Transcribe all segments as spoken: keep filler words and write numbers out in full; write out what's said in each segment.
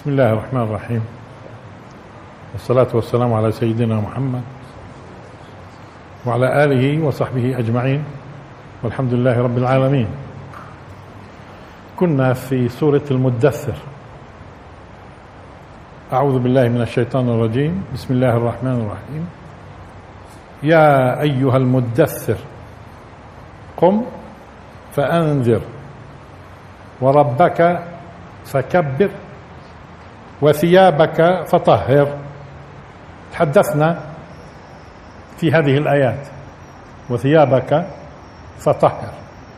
بسم الله الرحمن الرحيم، والصلاة والسلام على سيدنا محمد وعلى آله وصحبه أجمعين، والحمد لله رب العالمين. كنا في سورة المدثر. أعوذ بالله من الشيطان الرجيم. بسم الله الرحمن الرحيم. يا أيها المدثر قم فأنذر وربك فكبر وثيابك فطهر. تحدثنا في هذه الآيات وثيابك فطهر،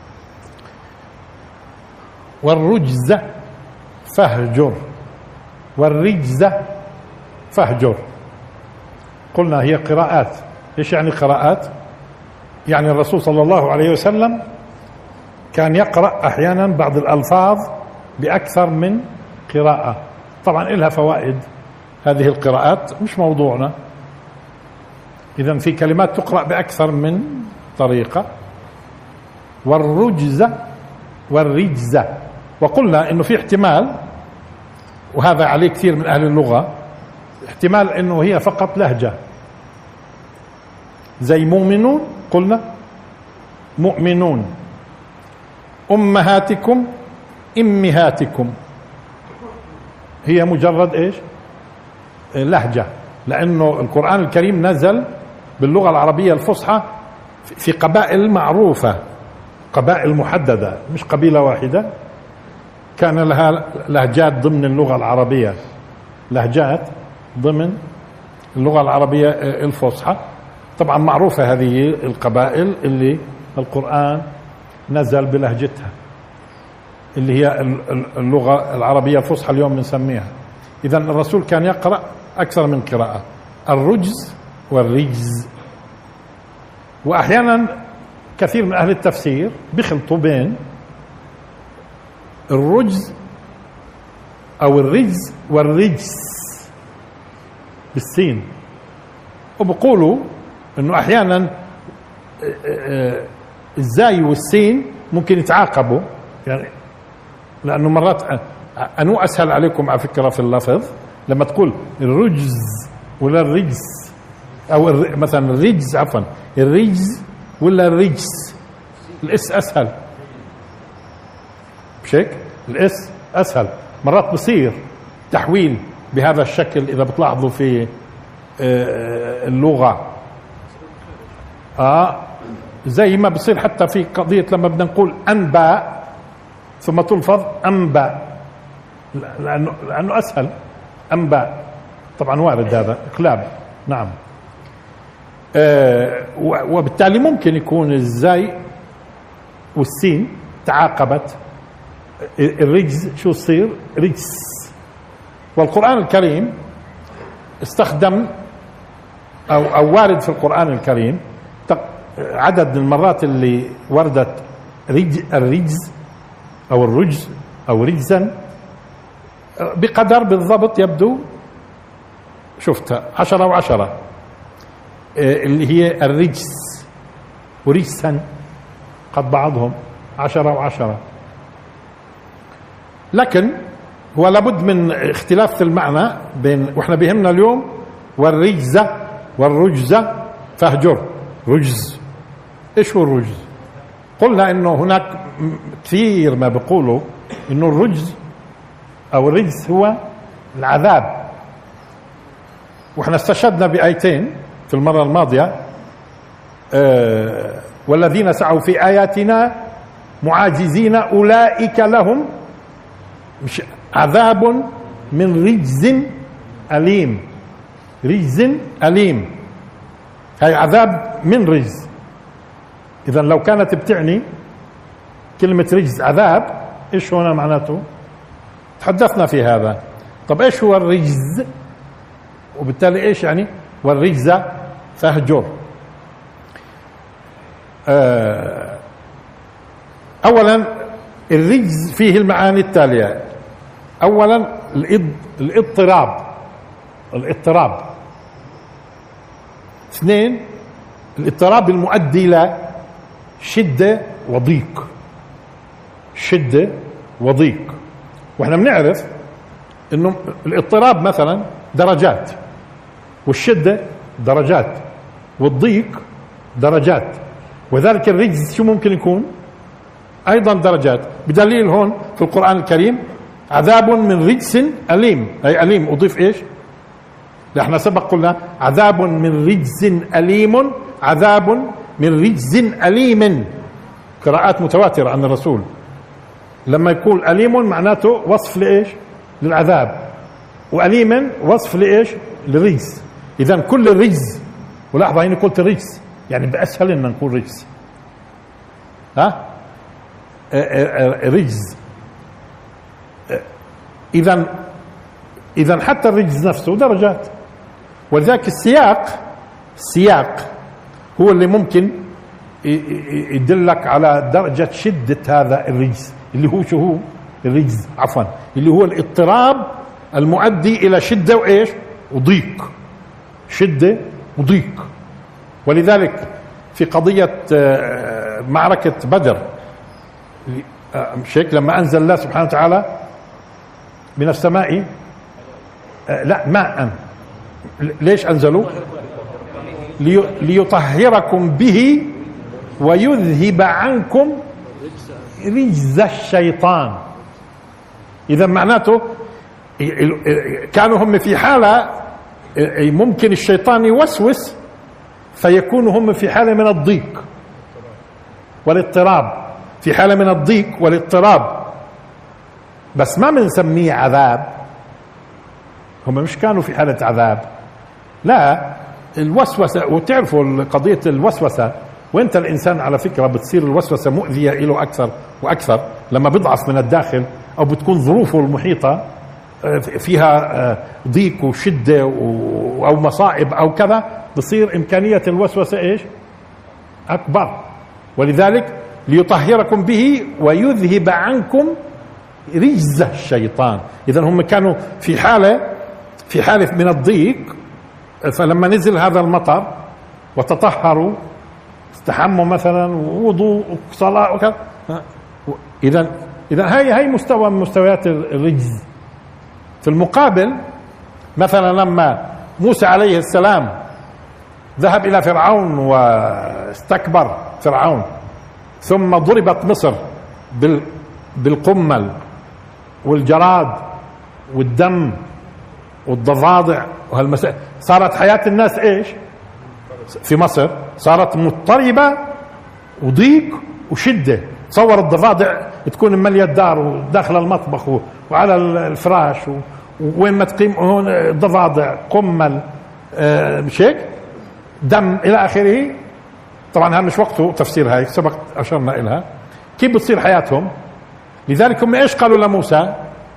والرجز فاهجر والرجز فاهجر. قلنا هي قراءات. ايش يعني قراءات؟ يعني الرسول صلى الله عليه وسلم كان يقرأ أحيانا بعض الألفاظ بأكثر من قراءة. طبعا إلها فوائد هذه القراءات، مش موضوعنا. إذن في كلمات تقرأ بأكثر من طريقة. والرجز والرجز. وقلنا إنه في احتمال، وهذا عليه كثير من أهل اللغة، احتمال إنه هي فقط لهجة، زي مؤمنون. قلنا مؤمنون. أمهاتكم إمهاتكم، هي مجرد إيش؟ لهجة، لأنه القرآن الكريم نزل باللغة العربية الفصحى في قبائل معروفة، قبائل محددة، مش قبيلة واحدة. كان لها لهجات ضمن اللغة العربية، لهجات ضمن اللغة العربية الفصحى. طبعا معروفة هذه القبائل اللي القرآن نزل بلهجتها، اللي هي اللغة العربية الفصحى اليوم بنسميها. إذا الرسول كان يقرأ أكثر من قراءة، الرجز والرجز. وأحيانا كثير من أهل التفسير بيخلطوا بين الرجز أو الرجز والرجس بالسين، وبقولوا إنه أحيانا الزاي والسين ممكن يتعاقبوا، يعني لأنه مرات أنو أسهل عليكم على فكرة في اللفظ لما تقول الرجز ولا الرجس، أو مثلا الرجز، عفوا الرجز ولا الرجس. الإس أسهل، مش هيك؟ الإس أسهل. مرات بصير تحويل بهذا الشكل إذا بتلاحظوا في اللغة، آه زي ما بصير حتى في قضية لما بدنا نقول أنباء ثم تلفظ أنباء، لأنه, لأنه أسهل. أنباء طبعا وارد هذا إقلاب، نعم. آه وبالتالي ممكن يكون الزاي والسين تعاقبت، الرجز شو تصير؟ رجس. والقرآن الكريم استخدم أو, أو وارد في القرآن الكريم عدد من المرات اللي وردت رج الرجز أو الرجز أو رجزا بقدر بالضبط، يبدو شفتها عشرة وعشرة، اللي هي الرجس ورجسا قد بعضهم عشرة وعشرة. لكن هو لابد من اختلاف في المعنى بين، واحنا بيهمنا اليوم والرجزة والرجزة فاهجر. رجز، ايش هو الرجز؟ قلنا انه هناك كثير ما بيقولوا انه الرجز او الرجز هو العذاب، واحنا استشهدنا بآيتين في المرة الماضية. آه والذين سعوا في آياتنا معاجزين أولئك لهم مش عذاب من رجز أليم. رجز أليم، هي عذاب من رجز. إذا لو كانت بتعني كلمة رجز عذاب، إيش هنا معناته؟ تحدثنا في هذا. طب إيش هو الرجز؟ وبالتالي إيش يعني؟ والرجز فاهجر. آه أولا الرجز فيه المعاني التالية. أولا الاضطراب، الاضطراب. اثنين الاضطراب المؤدي إلى شدة وضيق، شدة وضيق. واحنا بنعرف انه الاضطراب مثلا درجات، والشدة درجات، والضيق درجات، وذلك الرجز شو ممكن يكون؟ ايضا درجات، بدليل هون في القرآن الكريم عذاب من رجس أليم، أي أليم أضيف إيش؟ احنا سبق قلنا عذاب من رجز أليم، عذاب من رجز أليم، قراءات متواترة عن الرسول. لما يقول أليم معناته وصف لإيش؟ للعذاب، وأليم وصف لإيش؟ للرجز. إذا كل الرجز، ولحظة هنا قلت الرجز يعني بأسهل إن نقول رجز، ها؟ رجز. إذا إذا حتى الرجز نفسه درجات، ولذلك السياق السياق هو اللي ممكن يدلك على درجة شدة هذا الرجز، اللي هو شو هو الرجز عفوا اللي هو الاضطراب المؤدي إلى شدة وإيش؟ وضيق، شدة وضيق. ولذلك في قضية معركة بدر مش هيك لما أنزل الله سبحانه وتعالى من السماء لا ماء، ليش أنزلوا؟ ليطهركم به ويذهب عنكم رجز الشيطان. إذا معناته كانوا هم في حالة ممكن الشيطان يوسوس، فيكونوا هم في حالة من الضيق والاضطراب، في حالة من الضيق والاضطراب، بس ما بنسميه عذاب. هم مش كانوا في حالة عذاب، لا، الوسوسة. وتعرفوا قضية الوسوسة، وانت الانسان على فكرة بتصير الوسوسة مؤذية له اكثر واكثر لما بيضعف من الداخل، او بتكون ظروفه المحيطة فيها ضيق وشدة او مصائب او كذا، بصير امكانية الوسوسة ايش؟ اكبر. ولذلك ليطهركم به ويذهب عنكم رجز الشيطان. اذا هم كانوا في حالة في حالة من الضيق، فلما نزل هذا المطر وتطهروا استحموا مثلا ووضوء وصلاة وكذا، اذا اذا هاي هاي مستوى من مستويات الرجز. في المقابل مثلا لما موسى عليه السلام ذهب الى فرعون واستكبر فرعون، ثم ضربت مصر بالقمل والجراد والدم والضفادع وهالمسائل، صارت حياة الناس ايش في مصر؟ صارت مضطربة وضيق وشدة. تصور الضفادع تكون مملية الدار وداخل المطبخ وعلى الفراش، وين ما تقيم هون ضفادع، قمل، آه مش هيك، دم الى اخره. طبعا هذا مش وقته تفسير، هاي سبق اشرنا الها كيف بتصير حياتهم. لذلك هم ايش قالوا لموسى؟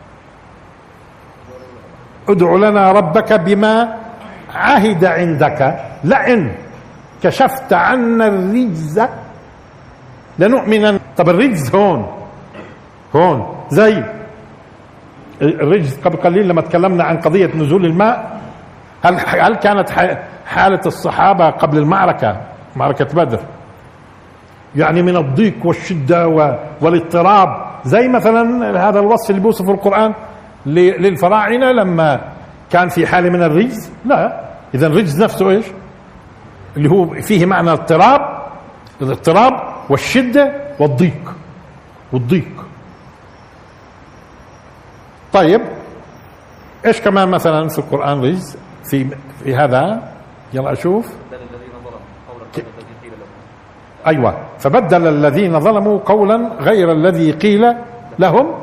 ادع لنا ربك بما عهد عندك لئن كشفت عنا الرجز لنؤمنن. طب الرجز هون هون زي الرجز قبل قليل لما تكلمنا عن قضية نزول الماء، هل هل كانت حالة الصحابة قبل المعركة، معركة بدر، يعني من الضيق والشدة والاضطراب زي مثلا هذا الوصف اللي بيوصف القرآن للفراعنة لما كان في حالة من الرجز؟ لا. إذا الرجز نفسه إيش؟ اللي هو فيه معنى اضطراب، الاضطراب والشدة والضيق والضيق. طيب إيش كمان مثلا في القرآن رجز في في هذا؟ يلا أشوف. أيوة، فبدل الذين ظلموا قولا غير الذي قيل لهم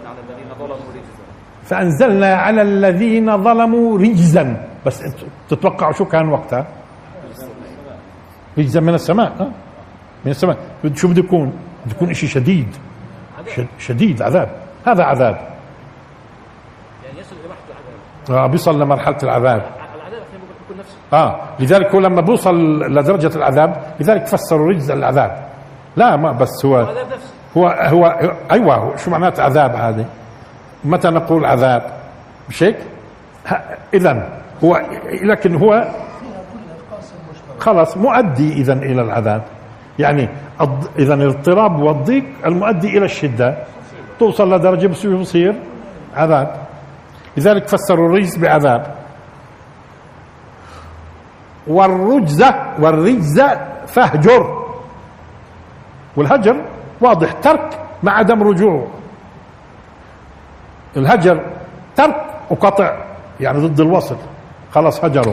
فأنزلنا على الذين ظلموا رجزا. بس تتوقعوا شو كان وقتها؟ رجزا من السماء. ها؟ من السماء. شو بده يكون؟ بده يكون شيء شديد شديد، عذاب. هذا عذاب يعني يصل إلى مرحلة العذاب. آه بيصل لمرحلة العذاب. العذاب بيكون نفسه. اه لذلك هو لما بيوصل لدرجة العذاب، لذلك فسروا رجز العذاب. لا ما بس هو عذاب نفسه. هو هو ايوه، شو معنات عذاب هذه؟ متى نقول عذاب؟ مش هيك؟ اذا هو لكن هو خلاص مؤدي اذا الى العذاب. يعني اذا الاضطراب والضيق المؤدي الى الشده توصل لدرجه بصير عذاب. لذلك فسروا الرجز بعذاب. والرجز والرجز فاهجر، والهجر واضح ترك مع عدم رجوع. الهجر ترك وقطع، يعني ضد الوصل، خلاص هجروا.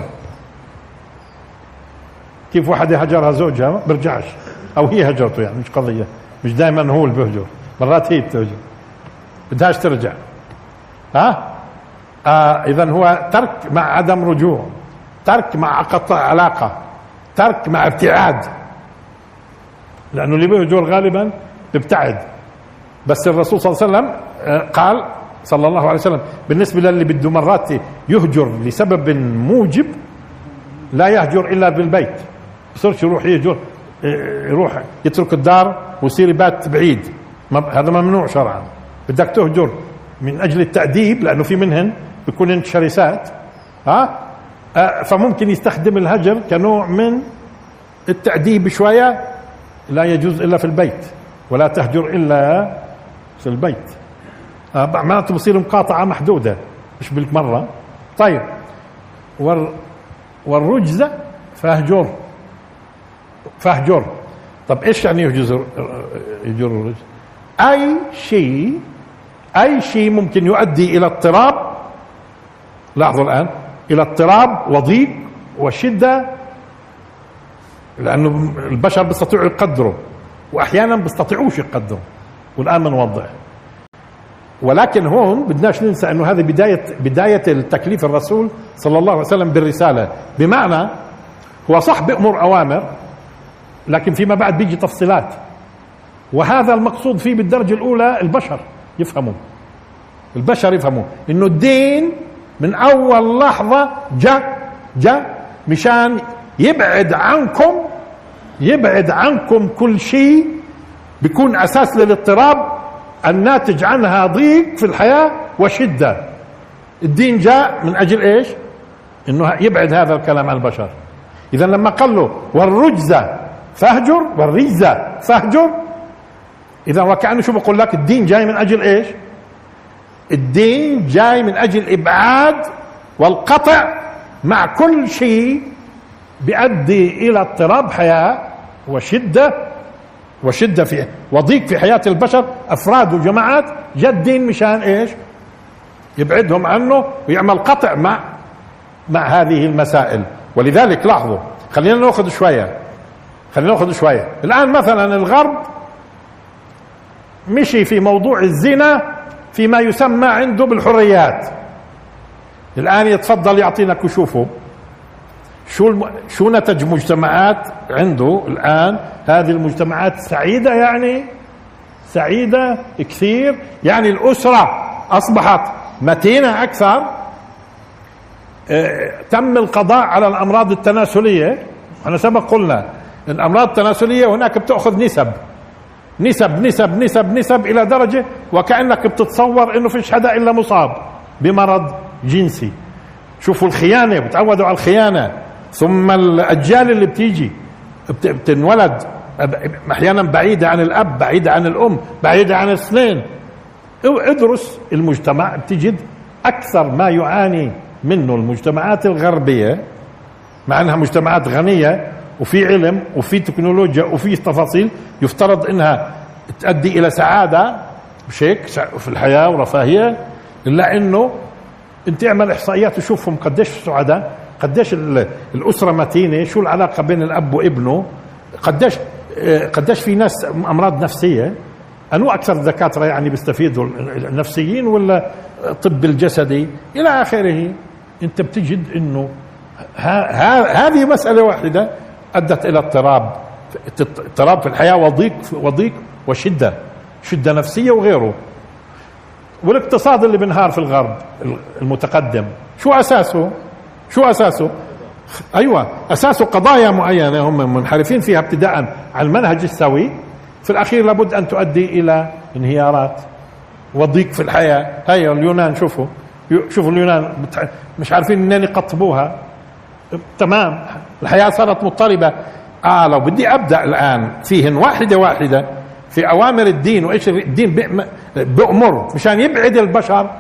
كيف واحد هجرها زوجها برجعش، او هي هجرته، يعني مش قضية، مش دائما هو اللي بهجر، مرات هي بتهجر بدهاش ترجع. ها آه اذا هو ترك مع عدم رجوع، ترك مع قطع علاقة، ترك مع ابتعاد، لأنه اللي بيهجر غالبا بيبتعد. بس الرسول صلى الله عليه وسلم قال صلى الله عليه وسلم بالنسبة للي بده مرات يهجر لسبب موجب، لا يهجر إلا بالبيت، بصيرش يروح يهجر، يروح يترك الدار ويصير يبات بعيد، هذا ممنوع شرعا. بدك تهجر من أجل التأديب، لأنه في منهن بيكون شرسات، ها فممكن يستخدم الهجر كنوع من التأديب شوية. لا يجوز إلا في البيت، ولا تهجر إلا في البيت، معناته بصير مقاطعة محدودة مش بالمرة. طيب والرجز فاهجر، فاهجر. طب ايش يعني يهجر؟ يهجر الرجز اي شيء، اي شيء ممكن يؤدي الى اضطراب، لاحظوا الان، الى اضطراب وضيق وشدة، لانه البشر بيستطيعوا يقدروا واحيانا بيستطيعوش يقدروا، والان بنوضح. ولكن هون بدناش ننسى انه هذه بداية بداية التكليف الرسول صلى الله عليه وسلم بالرسالة، بمعنى هو صح بأمر اوامر، لكن فيما بعد بيجي تفصيلات، وهذا المقصود فيه بالدرجة الاولى البشر يفهموا، البشر يفهموا انه الدين من اول لحظة جاء جاء مشان يبعد عنكم، يبعد عنكم كل شيء بيكون اساس للاضطراب الناتج عنها ضيق في الحياة وشدة. الدين جاء من اجل ايش؟ انه يبعد هذا الكلام عن البشر. اذا لما قال له والرجز فاهجر، والرجز فاهجر، اذا وكأنه شو بقول لك، الدين جاي من اجل ايش؟ الدين جاي من اجل ابعاد والقطع مع كل شيء بيؤدي الى اضطراب حياة وشدة وشدة في وضيق في حياة البشر، افراد وجماعات. جاء الدين مشان ايش؟ يبعدهم عنه ويعمل قطع مع مع هذه المسائل. ولذلك لاحظوا، خلينا ناخذ شوية خلينا ناخذ شوية الان مثلا الغرب مشي في موضوع الزنا فيما يسمى عنده بالحريات. الآن يتفضل يعطينا كشوفه شو الم... شو نتج مجتمعات عنده الآن. هذه المجتمعات سعيدة، يعني سعيدة كثير، يعني الأسرة أصبحت متينة أكثر. اه تم القضاء على الأمراض التناسلية. احنا سبق قلنا الأمراض التناسلية هناك بتأخذ نسب نسب نسب نسب نسب إلى درجة وكأنك بتتصور إنه فيش حدا إلا مصاب بمرض جنسي. شوفوا الخيانة، بتعودوا على الخيانة. ثم الأجيال اللي بتيجي بتنولد أحيانا بعيدة عن الأب، بعيدة عن الأم، بعيدة عن الاثنين. ادرس المجتمع بتجد أكثر ما يعاني منه المجتمعات الغربية، مع أنها مجتمعات غنية وفي علم وفي تكنولوجيا وفي تفاصيل يفترض انها تؤدي الى سعادة بشيك في الحياة ورفاهية، الا انه انت اعمل احصائيات وشوفهم قديش سعداء، قديش الاسرة متينة، شو العلاقة بين الاب وابنه، قديش قديش في ناس امراض نفسية. انو اكثر الدكاترة يعني بيستفيدوا، النفسيين ولا الطب الجسدي الى اخره. انت بتجد انه هذه مسألة واحدة أدت إلى اضطراب اضطراب في الحياة وضيق وضيق وشدة شدة نفسية وغيره. والاقتصاد اللي بنهار في الغرب المتقدم شو أساسه؟ شو أساسه؟ أيوة أساسه قضايا معينة هم منحرفين فيها ابتداء عن المنهج السوي، في الأخير لابد أن تؤدي إلى انهيارات وضيق في الحياة. هيا اليونان، شوفوا شوفوا اليونان مش عارفين منين يقطبوها. تمام، الحياة صارت مضطربة. آه لو بدي أبدأ الآن فيهن واحدة واحدة في أوامر الدين وإيش الدين بأمر مشان يبعد البشر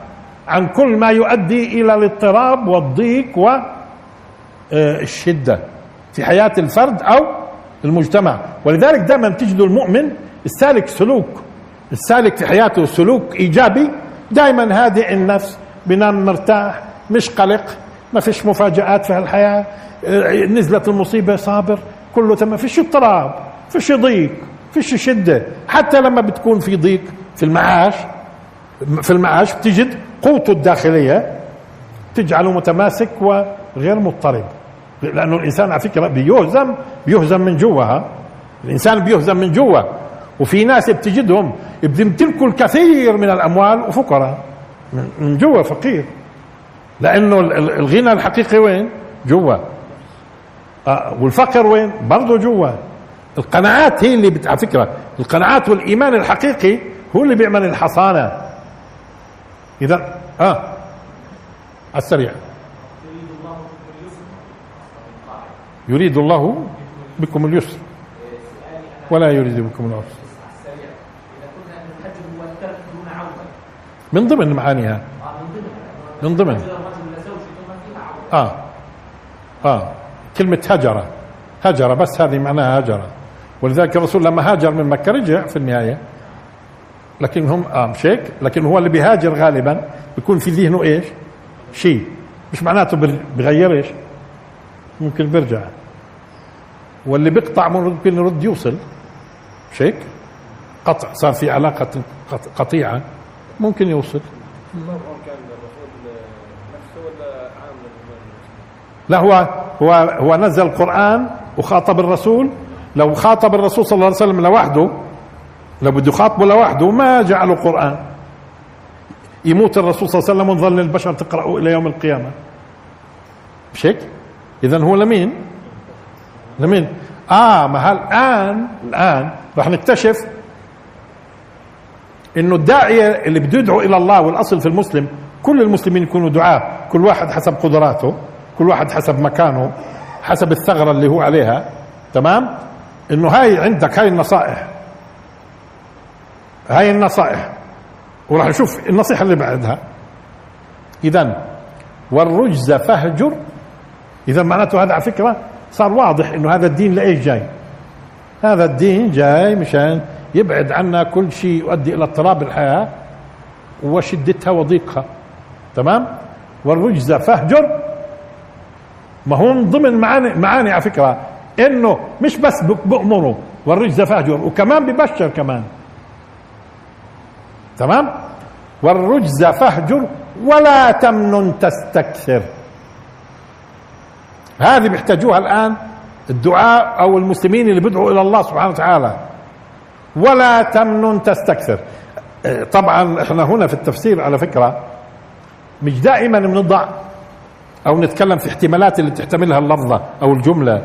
عن كل ما يؤدي إلى الاضطراب والضيق والشدة في حياة الفرد أو المجتمع. ولذلك دائما تجدوا المؤمن السالك سلوك السالك في حياته سلوك إيجابي، دائما هادئ النفس، بنام مرتاح، مش قلق، ما فيش مفاجآت في هالحياة، نزلت المصيبة صابر، كله تمام، فيش اضطراب، فيش ضيق، فيش شدة. حتى لما بتكون في ضيق في المعاش في المعاش بتجد قوته الداخلية تجعله متماسك وغير مضطرب، لأنه الإنسان على فكرة بيهزم بيهزم من جوا. الإنسان بيهزم من جوا، وفي ناس بتجدهم بيمتلكوا الكثير من الأموال وفقراء من جوا فقير، لأنه الغنى الحقيقي وين؟ جوا. آه والفقر وين؟ برضه جوا. القناعات هي اللي بت... على فكرة القناعات والإيمان الحقيقي هو اللي بيعمل الحصانة. إذا آه على السريع، يريد الله بكم اليسر ولا يريد بكم العسر. من ضمن معانيها، من ضمن آه آه كلمة هجرة هجرة بس هذه معناها هجرة. ولذلك الرسول لما هاجر من مكة رجع في النهاية، لكن هم آه مش هيك، لكن هو اللي بيهاجر غالبا بيكون في ذهنه ايش؟ شيء، مش معناته بغير ايش؟ ممكن بيرجع. واللي بيقطع ممكن يرد يوصل، مش هيك؟ قطع، صار في علاقة قطيعة ممكن يوصل. لا هو هو هو نزل القرآن وخاطب الرسول. لو خاطب الرسول صلى الله عليه وسلم لوحده، لو بده يخاطبه لوحده ما جعله قرآن، يموت الرسول صلى الله عليه وسلم ونظل البشر تقرأه إلى يوم القيامة، مش هيك؟ إذن هو لمين؟ لمين؟ آه ما هالآن الآن رح نكتشف إنه الداعية اللي بده يدعو إلى الله، والأصل في المسلم كل المسلمين يكونوا دعاة، كل واحد حسب قدراته، كل واحد حسب مكانه، حسب الثغرة اللي هو عليها، تمام؟ إنه هاي عندك هاي النصائح، هاي النصائح، وراح نشوف النصيحة اللي بعدها. إذن والرجز فاهجر. إذا معناته هذا على فكرة صار واضح إنه هذا الدين لإيش جاي؟ هذا الدين جاي مشان يبعد عنا كل شيء يؤدي إلى اضطراب الحياة وشدتها وضيقها، تمام؟ والرجز فاهجر، ما هو من ضمن معاني معاني على فكرة إنه مش بس بأمره والرجز فاهجر، وكمان ببشر كمان، تمام؟ والرجز فاهجر ولا تمنن تستكثر. هذه بيحتاجوها الآن الدعاء أو المسلمين اللي بدعوا إلى الله سبحانه وتعالى. ولا تمنن تستكثر. طبعا احنا هنا في التفسير على فكرة مش دائما بنضع أو نتكلم في احتمالات اللي تحتملها اللفظة أو الجملة.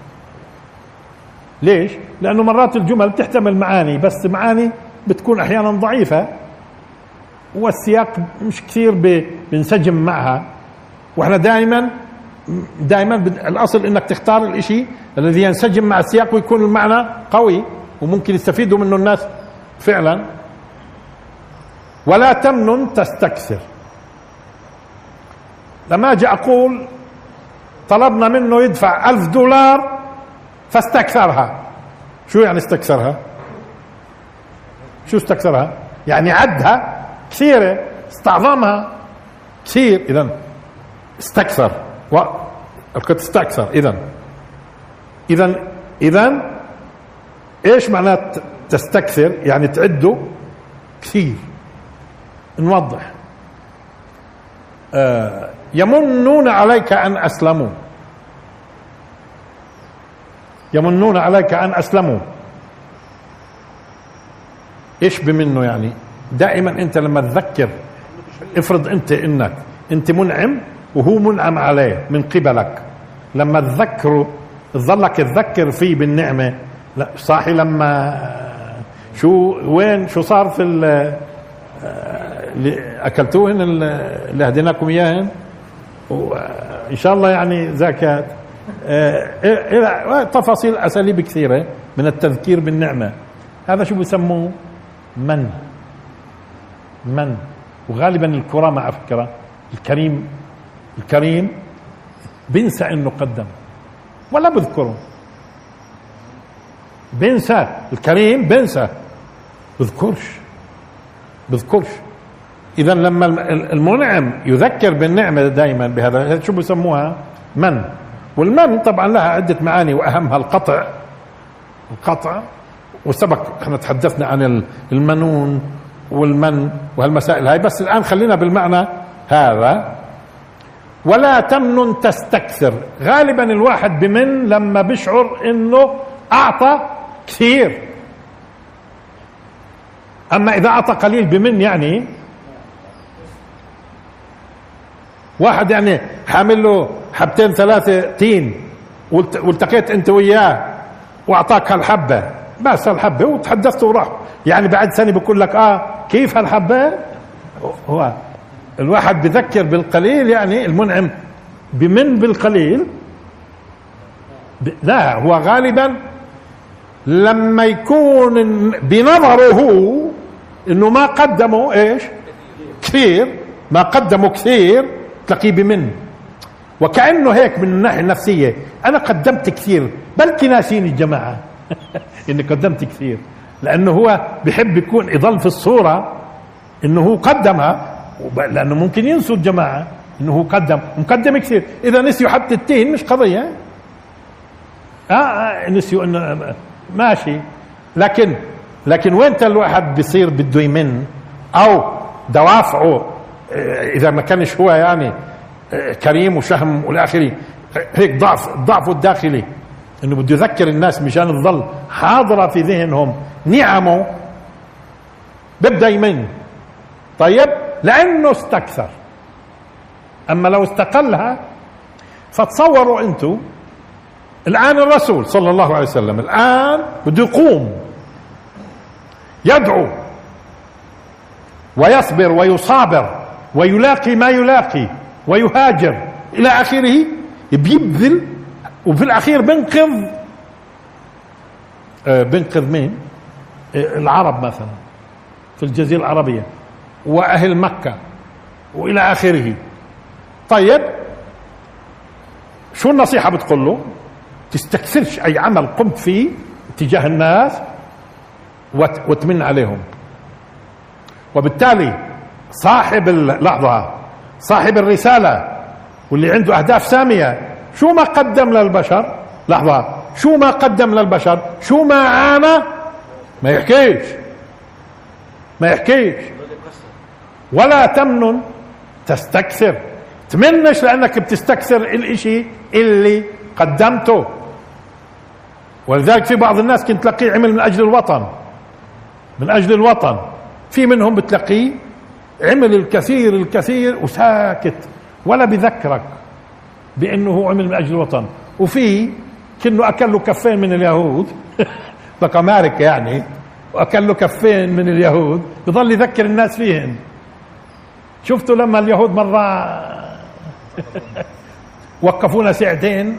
ليش؟ لأنه مرات الجمل تحتمل معاني، بس معاني بتكون أحيانا ضعيفة والسياق مش كثير بنسجم معها، واحنا دائما دائما الاصل انك تختار الاشي الذي ينسجم مع السياق ويكون المعنى قوي وممكن يستفيدوا منه الناس فعلا. ولا تمنن تستكثر. لما اجي اقول طلبنا منه يدفع ألف دولار فاستكثرها، شو يعني استكثرها؟ شو استكثرها؟ يعني عدها كثيرة، استعظمها كثير، اذا استكثر وقد استكثر. اذا اذا اذا ايش معناه تستكثر؟ يعني تعده كثير. نوضح. آه يمنون عليك ان اسلموا، يمنون عليك ان اسلموا. ايش بمنه؟ يعني دائما انت لما تذكر، افرض انت انك انت منعم وهو منعم عليه من قبلك، لما تذكره تظلك تذكر فيه بالنعمة. لا صاحي لما شو وين شو صار في اللي اكلتوهن اللي هديناكم اياهن، وان شاء الله يعني زكاة، تفاصيل اساليب كثيرة من التذكير بالنعمة. هذا شو بيسموه؟ من من وغالبا الكرامة على فكرة الكريم الكريم بنسى انه قدم ولا بذكره، بنسى الكريم بنسى بذكرش بذكرش. اذا لما المنعم يذكر بالنعمة دائما بهذا شو بسموها؟ من. والمن طبعا لها عدة معاني واهمها القطع، القطع وسبق احنا تحدثنا عن المنون والمن وهالمسائل هاي، بس الان خلينا بالمعنى هذا. ولا تمنن تستكثر، غالبا الواحد بمن لما بيشعر انه اعطى كثير، اما اذا اعطى قليل بمن يعني واحد يعني حامل له حبتين ثلاثة تين والتقيت انت وياه واعطاك هالحبة، بس هالحبة وتحدثت وراح، يعني بعد سنة بقول لك اه كيف هالحبة. هو الواحد بذكر بالقليل، يعني المنعم بمن بالقليل. لا، هو غالبا لما يكون بنظره انه ما قدموا ايش كثير، ما قدموا كثير تلاقيه بمن، وكأنه هيك من الناحية النفسية انا قدمت كثير، بلكي ناسين الجماعة اني قدمت كثير، لانه هو بحب يكون يضل في الصورة انه هو قدمها، لانه ممكن ينسوا الجماعة انه هو قدم مقدم كثير. اذا نسيوا حبة التين مش قضية، اه, آه نسيوا انه ماشي، لكن لكن وين الواحد بيصير بده يمن او دوافعه اذا ما كانش هو يعني كريم وشهم والاخري، هيك ضعف ضعفه الداخلي انه بده يذكر الناس مشان تظل حاضرة في ذهنهم نعمه، ببدا يمن. طيب لانه استكثر. اما لو استقلها فتصوروا انتم الان الرسول صلى الله عليه وسلم الان بده يقوم يدعو ويصبر ويصابر ويلاقي ما يلاقي ويهاجر الى اخره، بيبذل، وفي الاخير بنقذ آه بنقذ مين؟ آه العرب مثلا في الجزيرة العربية واهل مكة والى اخره. طيب شو النصيحة بتقول له؟ تستكثرش اي عمل قمت فيه تجاه الناس وتمن عليهم. وبالتالي صاحب اللحظة صاحب الرسالة واللي عنده اهداف سامية شو ما قدم للبشر، لحظة، شو ما قدم للبشر، شو ما عانى، ما يحكيش ما يحكيش ولا تمنن تستكثر، تمنش لانك بتستكثر الاشي اللي قدمته. ولذلك في بعض الناس كنت تلاقيه عمل من اجل الوطن، من اجل الوطن، في منهم بتلاقيه عمل الكثير الكثير وساكت ولا بذكرك بانه هو عمل من اجل الوطن. وفي كأنه اكل له كفين من اليهود بقى امريكا يعني، واكل له كفين من اليهود بضل يذكر الناس فيهن. شفتوا لما اليهود مرة وقفونا ساعتين،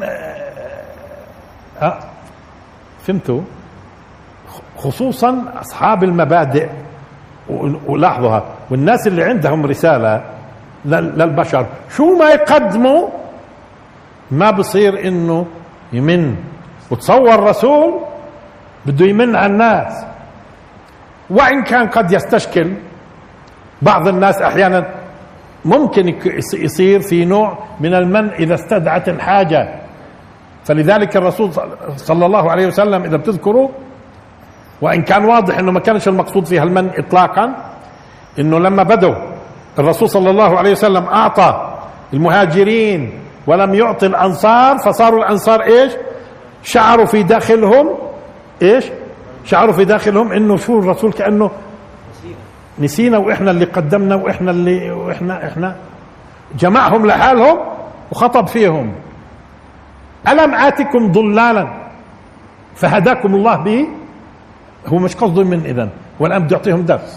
ها فهمتوا؟ خصوصا اصحاب المبادئ ولاحظوها والناس اللي عندهم رسالة للبشر شو ما يقدموا ما بصير انه يمن. وتصور رسول بده يمن على الناس، وان كان قد يستشكل بعض الناس احيانا، ممكن يصير في نوع من المن اذا استدعت الحاجة. فلذلك الرسول صلى الله عليه وسلم اذا بتذكروا، وان كان واضح انه ما كانش المقصود فيها المن اطلاقا، انه لما بدوا الرسول صلى الله عليه وسلم اعطى المهاجرين ولم يعطي الانصار، فصاروا الانصار ايش؟ شعروا في داخلهم ايش؟ شعروا في داخلهم انه شو الرسول كأنه نسينا واحنا اللي قدمنا واحنا اللي واحنا احنا جمعهم لحالهم وخطب فيهم. ألم آتكم ضلالا فهداكم الله به؟ هو مش قصده من إذن، والآن بده يعطيهم درس.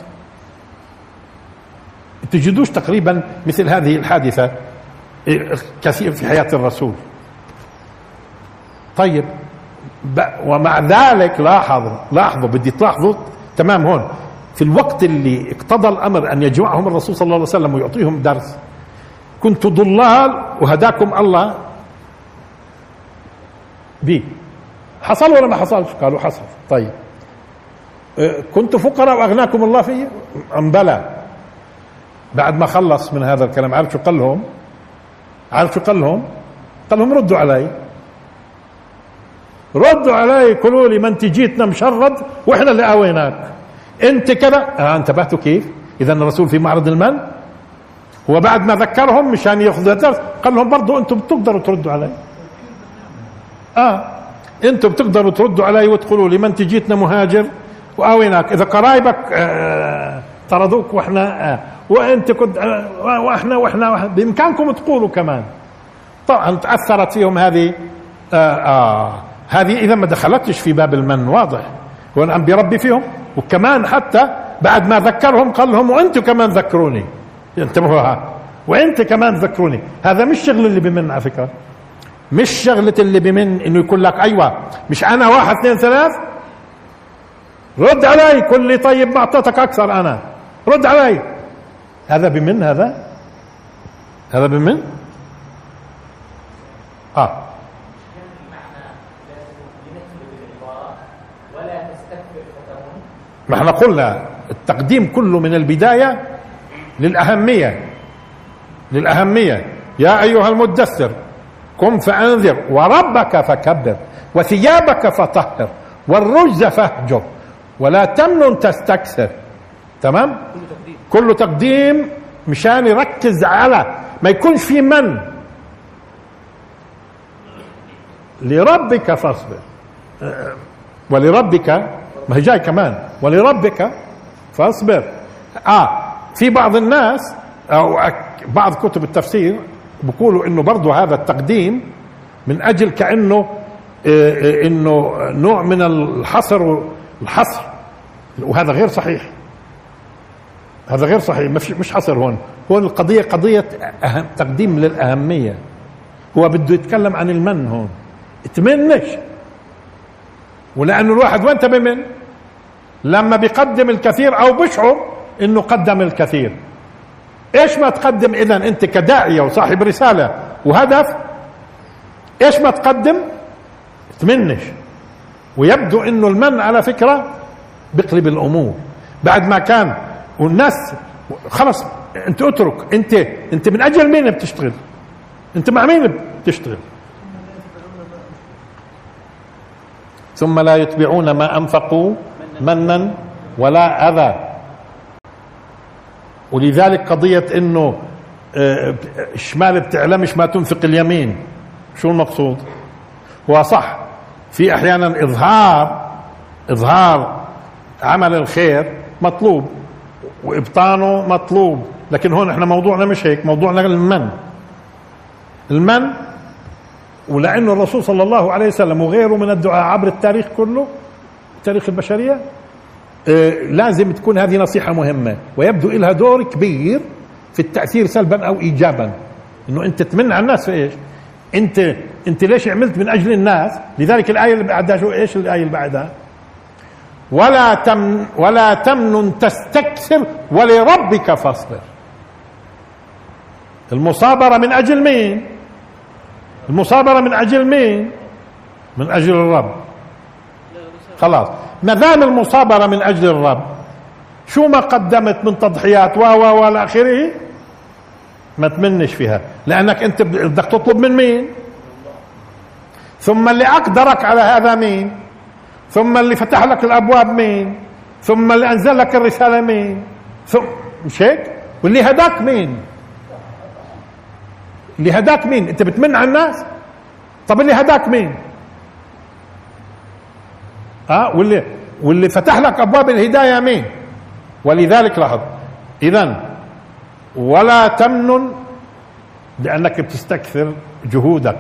تجدوش تقريبا مثل هذه الحادثة كثير في حياة الرسول. طيب ومع ذلك لاحظوا لاحظوا بدي تلاحظوا تمام هون في الوقت الوقت اللي اقتضى الأمر أن يجمعهم الرسول صلى الله عليه وسلم ويعطيهم درس، كنت ضلال وهداكم الله بي، حصل ولا ما حصلش؟ قالوا حصل. طيب كنت فقراء وأغناكم الله فيه؟ أم بلى. بعد ما خلص من هذا الكلام عارف شو قال لهم؟ عارف شو قال لهم؟ قال لهم ردوا علي، ردوا علي قولوا لي ما انت جيتنا مشرد واحنا اللي قاويناك، انت كذا. اه انتبهتوا كيف؟ اذا الرسول في معرض المن. هو بعد ما ذكرهم مشان ياخذوا الدرس قال لهم برضه انتم بتقدروا تردوا علي. اه انتم بتقدروا تردوا علي وتقولوا لي ما انت جيتنا مهاجر وقاويناك، اذا قرايبك آه طردوك واحنا آه وانت كنت آه واحنا واحنا, وإحنا بامكانكم تقولوا كمان. طبعا تاثرت فيهم هذه آه آه هذه اذا ما دخلتش في باب المن، واضح. وانا بربي فيهم. وكمان حتى بعد ما ذكرهم قال لهم وانتم كمان ذكروني، انتبهوا ها، وانت كمان ذكروني. هذا مش شغل اللي بمن على فكره، مش شغلة اللي بمن انه يقول لك ايوه مش انا واحد اثنين ثلاث رد علي قل لي طيب ما اعطيتك اكثر انا رد علي. هذا بمن؟ هذا هذا بمن؟ اه ما احنا قلنا التقديم كله من البداية للأهمية، للأهمية. يا أيها المدثر قم فأنذر وربك فكبر وثيابك فطهر والرجز فاهجر ولا تمنن تستكثر. تمام؟ كله تقديم مشان يركز على ما يكونش في من. لربك فاصبر، ولربك ما هي جاي كمان ولربك فاصبر. اه في بعض الناس او بعض كتب التفسير بيقولوا انه برضو هذا التقديم من اجل كانه آه انه نوع من الحصر الحصر وهذا غير صحيح. هذا غير صحيح، مش مش حصر. هون هون القضيه قضيه أهم تقديم للاهميه. هو بده يتكلم عن المن هون، تمنش. ولانه الواحد وانت بمن لما بيقدم الكثير او بيشعر انه قدم الكثير. ايش ما تقدم اذا انت كداعية وصاحب رسالة وهدف، ايش ما تقدم تمنش. ويبدو انه المن على فكرة بيقلب الامور. بعد ما كان والناس خلص انت اترك، انت انت من اجل مين بتشتغل؟ انت مع مين بتشتغل؟ ثم لا يتبعون ما انفقوا منا ولا اذى. ولذلك قضية انه الشمال بتعلمش ما تنفق اليمين، شو المقصود؟ هو صح في احيانا اظهار اظهار عمل الخير مطلوب وابطانه مطلوب، لكن هون احنا موضوعنا مش هيك، موضوعنا المن. المن ولانه الرسول صلى الله عليه وسلم وغيره من الدعاء عبر التاريخ كله، تاريخ البشرية، آه لازم تكون هذه نصيحة مهمة ويبدو لها دور كبير في التأثير سلبا أو إيجابا. إنه أنت تمن على الناس في إيش؟ أنت أنت ليش عملت من أجل الناس؟ لذلك الآية اللي بعدها شو إيش الآية اللي بعدها؟ ولا تمن ولا تمنن تستكثر ولربك فاصبر. المصابرة من أجل مين؟ المصابرة من أجل مين؟ من أجل الرب. خلاص ما دام المصابرة من أجل الرب، شو ما قدمت من تضحيات و و والى آخره ما تمنش فيها، لأنك أنت بدك تطلب من مين؟ ثم اللي أقدرك على هذا مين؟ ثم اللي فتح لك الأبواب مين؟ ثم اللي أنزل لك الرسالة مين؟ ثم مش هيك؟ واللي هداك مين؟ اللي هداك مين؟ أنت بتمن على الناس؟ طب اللي هداك مين؟ ها أه؟ واللي واللي فتح لك ابواب الهدايه مين؟ ولذلك لاحظ اذا ولا تمنن لانك بتستكثر جهودك.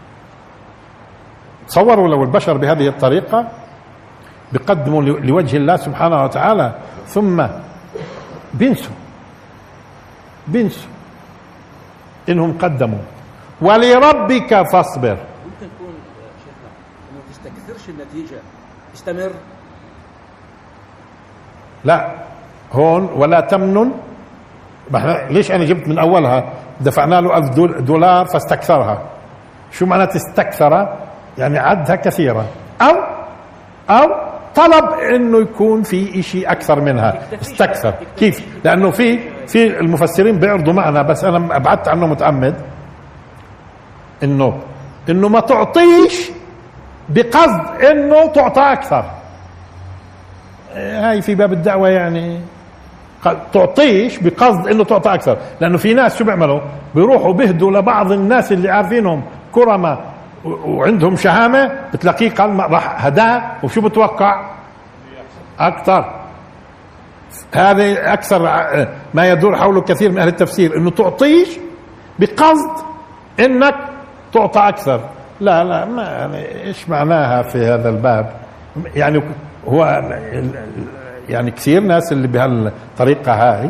تصوروا لو البشر بهذه الطريقه بيقدموا لوجه الله سبحانه وتعالى ثم بينسوا بينسوا انهم قدموا. ولربك فاصبر. ممكن تكون شيخنا انه ما تستكثرش النتيجه، استمر. لا هون ولا تمنن، ليش أنا جبت من أولها دفعنا له ألف دولار فاستكثرها؟ شو معنات استكثر؟ يعني عدها كثيرة، أو أو طلب إنه يكون في إشي أكثر منها، استكثر. كيف؟ لأنه في في المفسرين بيعرضوا معنا، بس أنا أبعدت عنه متعمد، إنه إنه ما تعطيش بقصد إنه تعطى أكثر. هاي في باب الدعوة يعني تعطيش بقصد انه تعطى اكثر، لانه في ناس شو بيعملوا؟ بيروحوا بيهدوا لبعض الناس اللي عارفينهم كرمة وعندهم شهامة، بتلاقيه قال راح هداه وشو بتوقع؟ اكثر. هذا اكثر ما يدور حوله كثير من اهل التفسير، انه تعطيش بقصد انك تعطى اكثر. لا لا ما يعني ايش معناها في هذا الباب؟ يعني هو يعني كثير ناس اللي بهالطريقة هاي،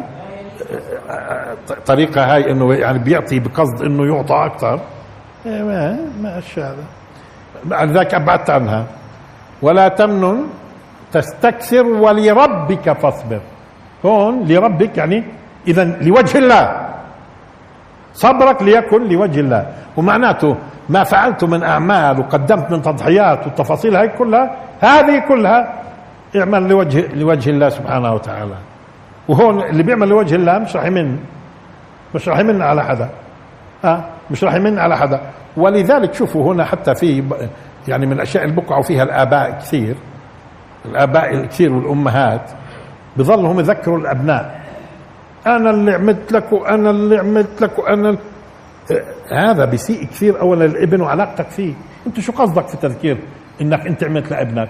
طريقة هاي انه يعني بيعطي بقصد انه يعطى اكثر، ما ما هذا، بعد ذاك ابعدت عنها. ولا تمنن تستكثر ولربك فاصبر. هون لربك يعني اذا لوجه الله، صبرك ليكن لوجه الله، ومعناته ما فعلت من اعمال وقدمت من تضحيات والتفاصيل هاي كلها، هذه كلها اعمل لوجه لوجه الله سبحانه وتعالى. وهون اللي بيعمل لوجه الله مش راح يمن، مش راح يمن على حدا، اه مش راح يمن على حدا. ولذلك شوفوا هنا حتى في يعني من الاشياء اللي بقعوا فيها الاباء كثير، الاباء الكثير والامهات بظلهم يذكروا الابناء، انا اللي عملت لك وانا اللي عملت لك وانا ال... هذا بيسيء كثير اولا للابن وعلاقتك فيه. انت شو قصدك في تذكير انك انت عملت لابنك؟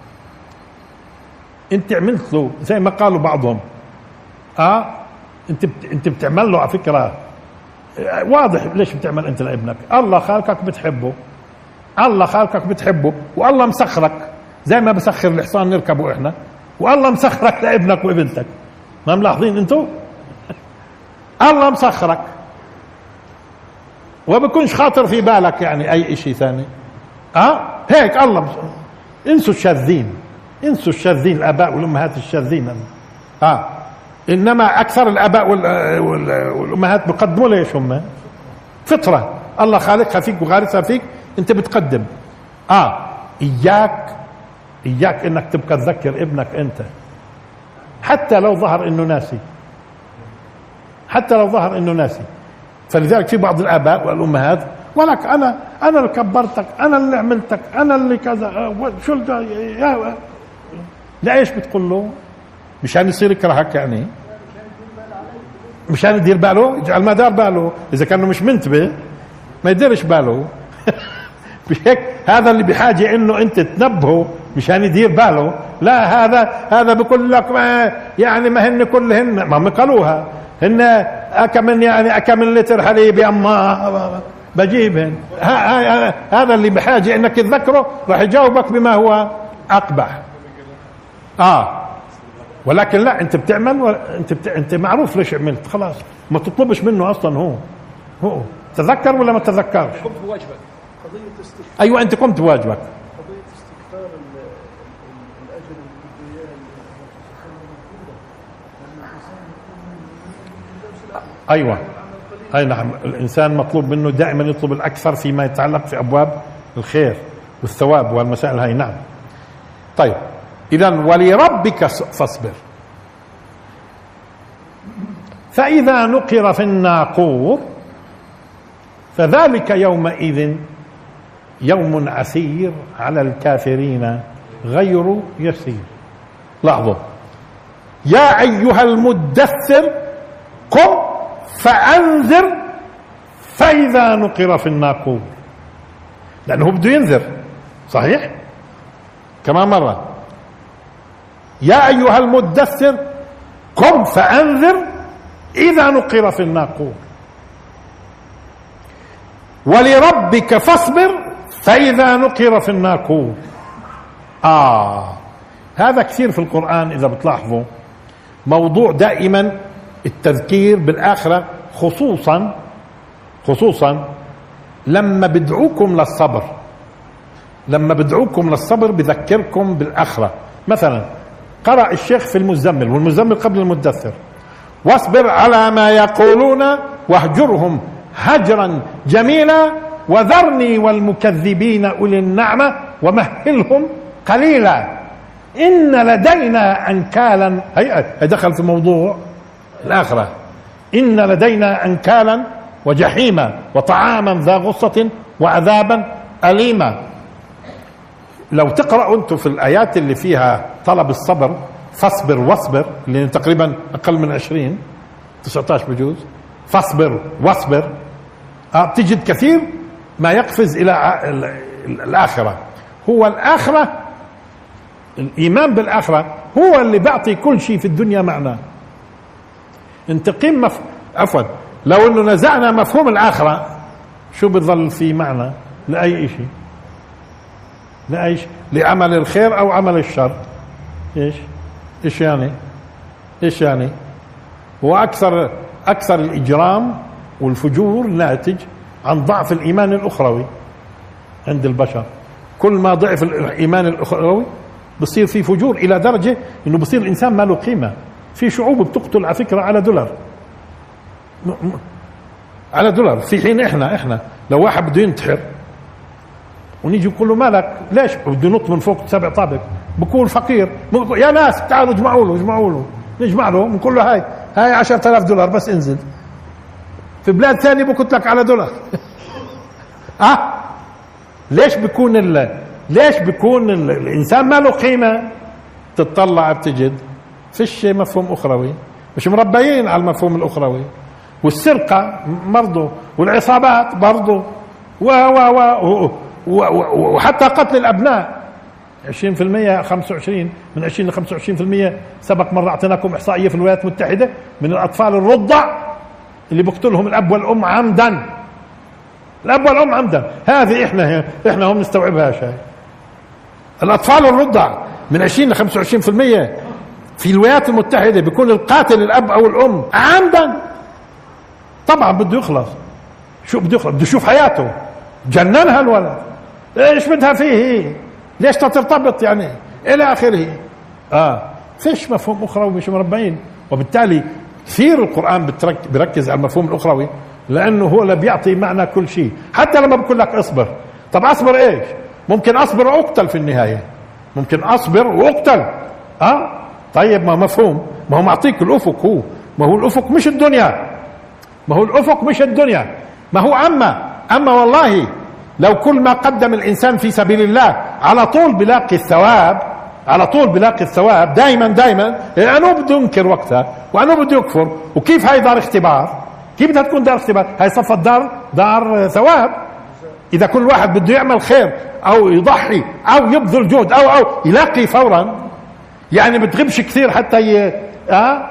انت عملت له زي ما قالوا بعضهم، اه انت بت... انت بتعمل له على فكره واضح ليش بتعمل انت لابنك. الله خالقك بتحبه، الله خالقك بتحبه، والله مسخرك زي ما بسخر الحصان نركبه احنا، والله مسخرك لابنك وابنتك. ما ملاحظين انتو؟ الله مسخرك وبكونش خاطر في بالك يعني اي اشي ثاني. اه هيك الله مس... انسوا الشاذين، انسوا الشاذين، الاباء والامهات الشاذين. اه انما اكثر الاباء وال... وال... والامهات بقدموا ليش هم فطره الله خالقها فيك وغارسها فيك، انت بتقدم. اه اياك اياك انك تبقى تذكر ابنك انت حتى لو ظهر انه ناسي، حتى لو ظهر انه ناسي. فلذلك في بعض الاباء والامهات ولك انا انا اللي كبرتك، انا اللي عملتك، انا اللي كذا، شو يا ليش بتقول له؟ مشان يصير يكرهك يعني، مشان يدير باله، يجعل ما دار باله. اذا كانه مش منتبه ما يديرش باله. بهيك هذا اللي بحاجه انه انت تنبهه مشان يدير باله. لا هذا هذا بقول لك ما يعني ما هن كلهن ما هم قالوها هن اكمن يعني اكمن لتر حليب يا اما بجيبهن. هذا اللي بحاجه انك تذكره راح يجاوبك بما هو اقبح. اه ولكن لا انت بتعمل و... انت بت... انت معروف ليش عملت، خلاص ما تطلبش منه اصلا. هو هو تذكر ولا ما تذكرش؟ قمت بواجبك. ايوه انت قمت بواجبك. قضيه استكثار الاجر والديان. ايوه اي نعم، الانسان مطلوب منه دائما يطلب الاكثر فيما يتعلق في ابواب الخير والثواب والمسائل هاي. نعم طيب اذا ولربك فاصبر. فاذا نقر في الناقور فذلك يومئذ يوم عسير على الكافرين غير يسير. لاحظوا، يا ايها المدثر قم فانذر فاذا نقر في الناقور، لانه بده ينذر صحيح. كمان مره، يا ايها المدثر قم فانذر اذا نقر في الناقور، ولربك فاصبر فاذا نقر في الناقور. اه هذا كثير في القرآن اذا بتلاحظوا، موضوع دائما التذكير بالاخره، خصوصا خصوصا لما بدعوكم للصبر، لما بدعوكم للصبر بذكركم بالاخره. مثلا قرأ الشيخ في المزمل، والمزمل قبل المدثر: واصبر على ما يقولون واهجرهم هجرا جميلا وذرني والمكذبين أولي النعمة ومهلهم قليلا إن لدينا أنكالا. هي دخل في موضوع الآخرة. إن لدينا أنكالا وجحيما وطعاما ذا غصة وعذابا أليما. لو تقرأوا أنتم في الآيات اللي فيها طلب الصبر، فاصبر واصبر، اللي تقريبا أقل من عشرين تسعة عشر بجوز، فاصبر واصبر، أه بتجد كثير ما يقفز إلى الآخرة. هو الآخرة، الإيمان بالآخرة هو اللي بيعطي كل شيء في الدنيا معنى. انت قيم مف... عفوا لو انه نزعنا مفهوم الآخرة شو بظل في معنى لأي شيء؟ لأي شيء، لعمل الخير أو عمل الشر. إيش إيش يعني إيش يعني وأكثر أكثر الإجرام والفجور ناتج عن ضعف الإيمان الأخروي عند البشر. كل ما ضعف الإيمان الأخروي بصير في فجور إلى درجة إنه بصير الإنسان ما له قيمة. في شعوب بتقتل على فكرة على دولار، على دولار، في حين إحنا إحنا لو واحد بده ينتحر ونيجي نقول له مالك ليش بده ينط من فوق سبع طابق، بكون فقير، يا ناس تعالوا اجمعوا له اجمعوا له نجمع له، بنقول له هاي هاي عشرة آلاف دولار بس انزل. في بلاد ثانية بكت لك على دولار. اه ليش بيكون ال... ليش بيكون ال... الانسان ما له قيمة؟ تطلع بتجد فيش مفهوم اخروي، مش مربيين على المفهوم الاخروي. والسرقة برضه والعصابات برضه و و و وحتى قتل الابناء عشرين بالمئة خمسة وعشرين من عشرين ل خمسة وعشرين بالمئة. سبق مرة اعطيناكم احصائية في الولايات المتحدة من الاطفال الرضع اللي بقتلهم الاب والام عمدا. الاب والام عمدا. هذه احنا احنا هم نستوعبها شيء. الاطفال الرضع من عشرين ل خمسة وعشرين بالمئة في الولايات المتحدة بيكون القاتل الاب او الام عمدا. طبعا بده يخلص. شو بده يخلص؟ بده يشوف حياته. جننها الولد، ايش بدها فيه، ليش ترتبط يعني الى اخره. اه فيش مفهوم اخروي، مش مربعين. وبالتالي كثير القرآن بيركز على المفهوم الاخروي لانه هو اللي بيعطي معنى كل شيء. حتى لما بقول لك اصبر، طب اصبر ايش؟ ممكن اصبر واقتل في النهاية، ممكن اصبر واقتل. اه طيب ما مفهوم، ما هو معطيك الافق. هو ما هو الافق مش الدنيا، ما هو الافق مش الدنيا، ما هو اما اما والله لو كل ما قدم الانسان في سبيل الله على طول بلاقي الثواب، على طول بلاقي الثواب دائما دائما. انه بده ينكر وقتها وانه بده يكفر. وكيف هاي دار اختبار؟ كيف بدها تكون دار اختبار؟ هاي صفت دار دار ثواب. اذا كل واحد بده يعمل خير او يضحي او يبذل جهد او او يلاقي فورا. يعني بتغبش كثير حتى ي... اه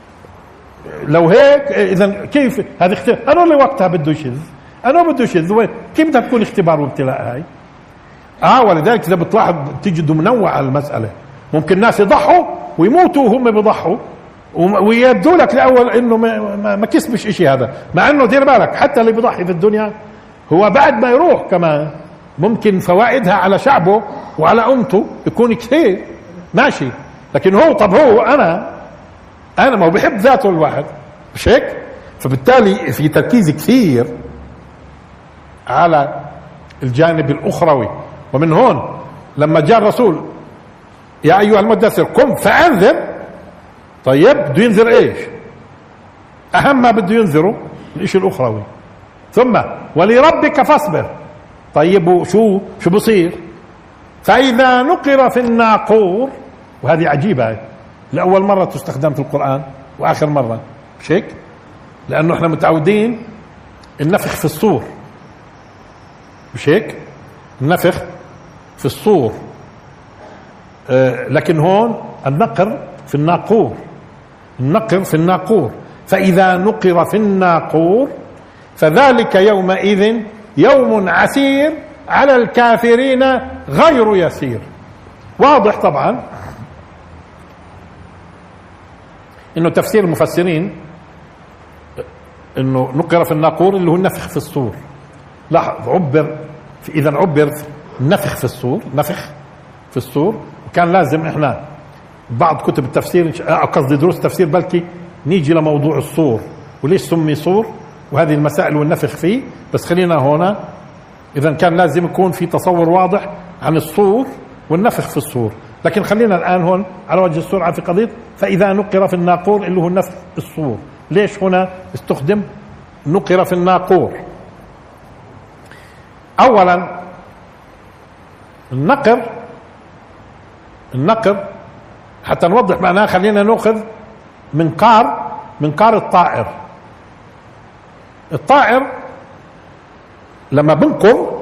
لو هيك اذا كيف هذا اختبار؟ انا اللي وقتها بده يشذ، انا بده يشذ. كيف بدها تكون اختبار وابتلاء هاي؟ اه ولذلك اذا بتلاحظ تجد منوعه المساله. ممكن ناس يضحوا ويموتوا وهم بيضحوا ويبدوا لك الاول انه ما, ما, ما كسبش شيء هذا، مع انه دير بالك حتى اللي بيضحي في الدنيا هو بعد ما يروح كمان ممكن فوائدها على شعبه وعلى امته يكون كثير ماشي. لكن هو طب هو انا انا ما هو بيحب ذاته الواحد مش هيك؟ فبالتالي في تركيز كثير على الجانب الاخروي. ومن هون لما جاء الرسول يا ايها المدثر قم فانذر، طيب بده ينذر ايش؟ اهم ما بده ينذره الشيء الاخروي. ثم ولربك فاصبر، طيب وشو شو بصير؟ فاذا نقر في الناقور، وهذه عجيبه لاول مره تستخدم في القران واخر مره مش هيك؟ لانه احنا متعودين النفخ في الصور مش هيك؟ النفخ في الصور، آه لكن هون النقر في الناقور. النقر في الناقور. فإذا نقر في الناقور فذلك يومئذ يوم عسير على الكافرين غير يسير. واضح طبعا انه تفسير المفسرين انه نقر في الناقور اللي هو النفخ في الصور. لاحظ عبر اذا عبر النفخ في الصور، نفخ في الصور، وكان لازم احنا بعض كتب التفسير، قصدي دروس تفسير، بلكي نيجي لموضوع الصور وليش سمي صور وهذه المسائل والنفخ فيه، بس خلينا هنا. إذا كان لازم يكون في تصور واضح عن الصور والنفخ في الصور، لكن خلينا الآن هون على وجه السرعة في قضية فإذا نقر في الناقور اللي هو النفخ الصور. ليش هنا استخدم نقر في الناقور؟ أولا النقر النقر حتى نوضح معناه خلينا نأخذ منقار منقار الطائر. الطائر لما بنقر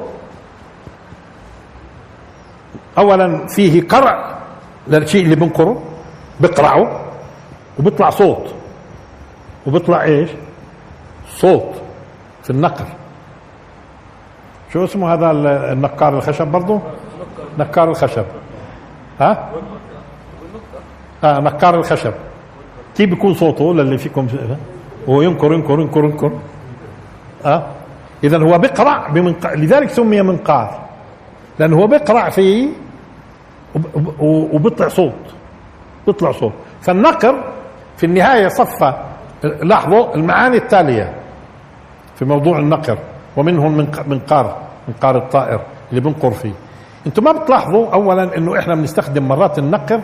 اولا فيه قرع للشيء اللي بنقره، بقرعه وبيطلع صوت، وبيطلع ايش؟ صوت في النقر. شو اسمه هذا النقار الخشب؟ برضه نقار الخشب. ها اه نقار الخشب. كيف بيكون صوته للي فيكم؟ هو ينكر ينكر ينكر ينكر اه اذا هو بيقرع بمنقار، لذلك سمي منقار، لانه هو بيقرع فيه وبيطلع صوت، بيطلع صوت. فالنقر في النهايه صفى، لاحظوا المعاني التاليه في موضوع النقر، ومنهم منقار منقار الطائر اللي بنقر فيه. انتم ما بتلاحظوا اولا انه احنا بنستخدم مرات النقر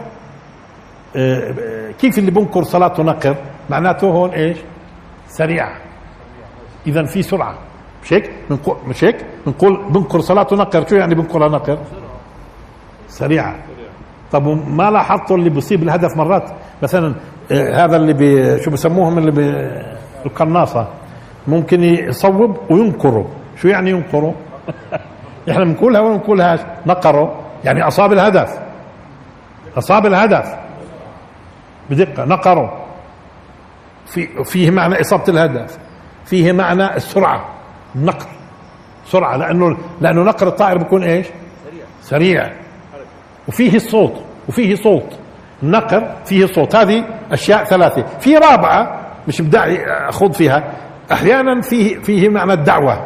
كيف اللي بنقر صلاته نقر، معناته هون ايش؟ سريعه. اذا في سرعه، مش هيك؟ مش هيك؟ بنقول بنقر صلاته نقر. شو يعني بنقرها نقر؟ سريعه. طب ما لاحظتوا اللي بيصيب الهدف مرات؟ مثلا هذا اللي بي شو بسموهم اللي بالقناصه ممكن يصوب وينقره. شو يعني ينقره؟ احنا بنقولها ولا بنقولهاش؟ نقره يعني اصاب الهدف، اصاب الهدف بدقه. نقره في فيه معنى اصابه الهدف، فيه معنى السرعه، النقر سرعه، لانه لانه نقر الطائر بيكون ايش؟ سريع سريع. وفيه الصوت، وفيه صوت. النقر فيه صوت. هذه اشياء ثلاثه. في رابعه مش بداعي اخوض فيها، احيانا فيه فيه معنى الدعوه،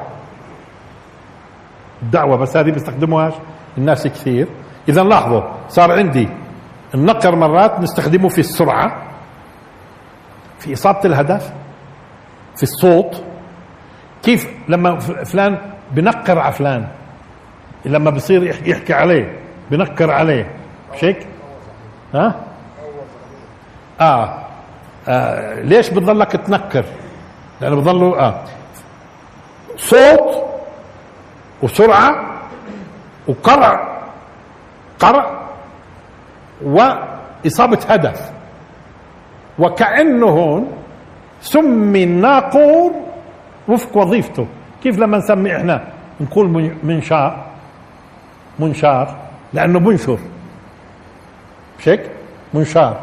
الدعوه، بس هذه بيستخدموهاش الناس كثير. اذا لاحظوا صار عندي النقر مرات نستخدمه في السرعه، في اصابه الهدف، في الصوت. كيف لما فلان بنقر على فلان، لما بصير يحكي عليه بنقر عليه، مش هيك؟ ها؟ آه. اه ليش بتضلك تنكر؟ لانه بضلوا اه صوت وسرعه وقرع، قرع واصابه هدف. وكأنه هون سمي الناقور وفق وظيفته. كيف لما نسمي احنا نقول منشار، منشار لانه بنشر، مش هيك؟ منشار.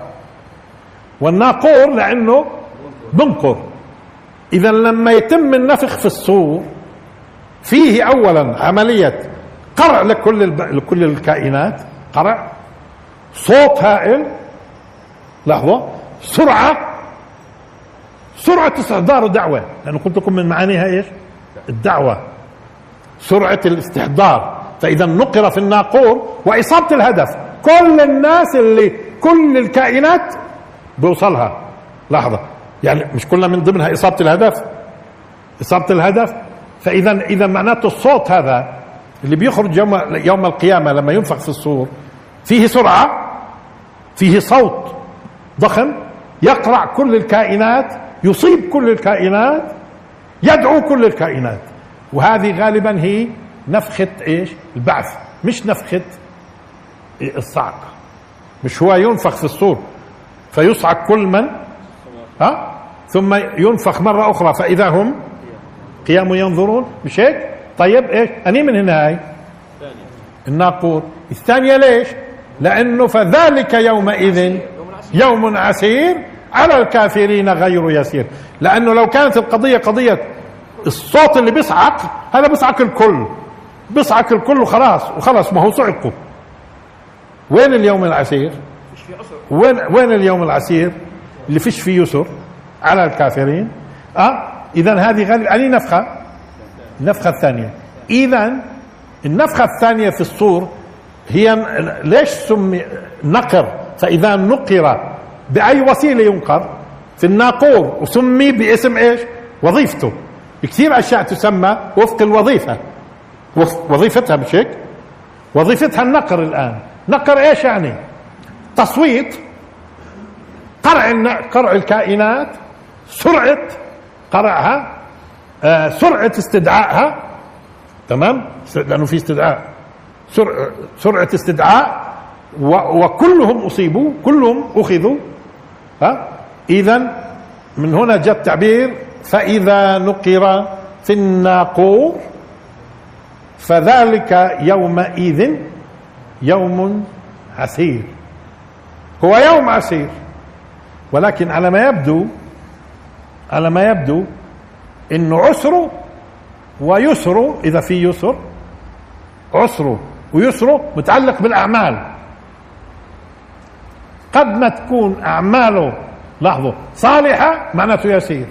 والناقور لانه بنقر. اذا لما يتم النفخ في الصور فيه اولا عمليه قرع لكل الب... لكل الكائنات، قرع، صوت هائل، لاحظوا، سرعه، سرعه استحضار دعوه، لانه قلت لكم من معانيها ايش؟ الدعوه، سرعه الاستحضار. فاذا نقر في الناقور واصابه الهدف، كل الناس اللي كل الكائنات بيوصلها. لحظه، يعني مش كلنا من ضمنها اصابه الهدف، اصابه الهدف. فاذا اذا معناته الصوت هذا اللي بيخرج يوم يوم القيامه لما ينفخ في الصور فيه سرعه، فيه صوت ضخم يقرع كل الكائنات، يصيب كل الكائنات، يدعو كل الكائنات. وهذه غالبا هي نفخه ايش؟ البعث، مش نفخه الصعق. مش هو ينفخ في الصور فيصعق كل من ها ثم ينفخ مره اخرى فاذا هم قيام ينظرون، مش هيك؟ طيب ايش اني من هنا هاي الناقور الثانيه؟ ليش؟ لانه فذلك يومئذ يوم عسير على الكافرين غير يسير. لانه لو كانت القضيه قضيه الصوت اللي بيصعق، هذا بيصعق الكل، بيصعق الكل وخلاص وخلاص، ما هو صعقوا. وين اليوم العسير؟ وين وين اليوم العسير اللي فيش فيه يسر على الكافرين؟ اه اذا هذه غالب اني نفخه، النفخه الثانيه. اذا النفخه الثانيه في الصور هي ليش سمي نقر؟ فإذا نقر بأي وسيلة ينقر في الناقور وسمي باسم ايش؟ وظيفته. كثير أشياء تسمى وفق الوظيفة، وظيفتها مش هيك؟ وظيفتها النقر. الآن نقر ايش يعني؟ تصويت، قرع قرع الكائنات، سرعة قرعها، آه سرعة استدعائها، تمام؟ لأنه في استدعاء، سرعة, سرعة استدعاء، وكلهم أصيبوا، كلهم أخذوا. ها؟ إذن من هنا جاء التعبير فإذا نقر في الناقور فذلك يومئذ يوم عسير. هو يوم عسير، ولكن على ما يبدو على ما يبدو انه عسره ويسره، اذا في يسر، عسره ويسره متعلق بالاعمال. قد ما تكون اعماله، لاحظوا، صالحه معناته يسير.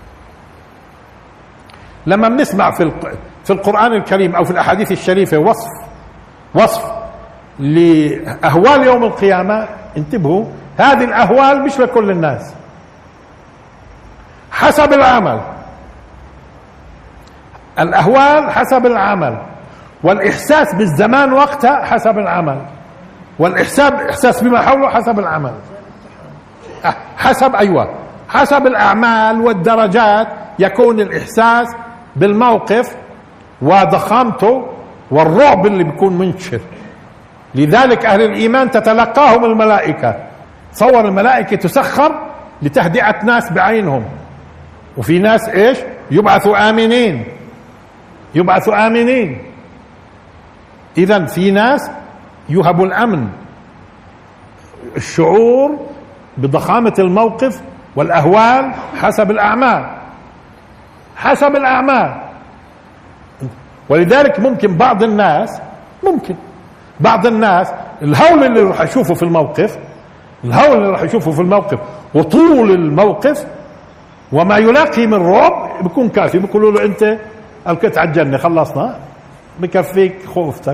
لما بنسمع في في القرآن الكريم او في الاحاديث الشريفه وصف وصف لاهوال يوم القيامه، انتبهوا، هذه الاهوال مش لكل الناس، حسب العمل. الاهوال حسب العمل، والاحساس بالزمان وقتها حسب العمل، والاحساس احساس بما حوله حسب العمل، حسب ايوه حسب الاعمال والدرجات يكون الاحساس بالموقف وضخامته والرعب اللي بيكون منتشر. لذلك اهل الايمان تتلقاهم الملائكه. تصور الملائكه تسخر لتهدئه ناس بعينهم، وفي ناس ايش؟ يبعثوا امنين، يبعثوا امنين. اذا في ناس يهب الامن، الشعور بضخامه الموقف والاهوال حسب الاعمال، حسب الاعمال. ولذلك ممكن بعض الناس ممكن بعض الناس الهول اللي راح يشوفه في الموقف الهول اللي راح يشوفه في الموقف وطول الموقف وما يلاقي من رعب بيكون كافي. بيقولوا له انت القيت على الجنه، خلصنا، بكفيك خوفتك.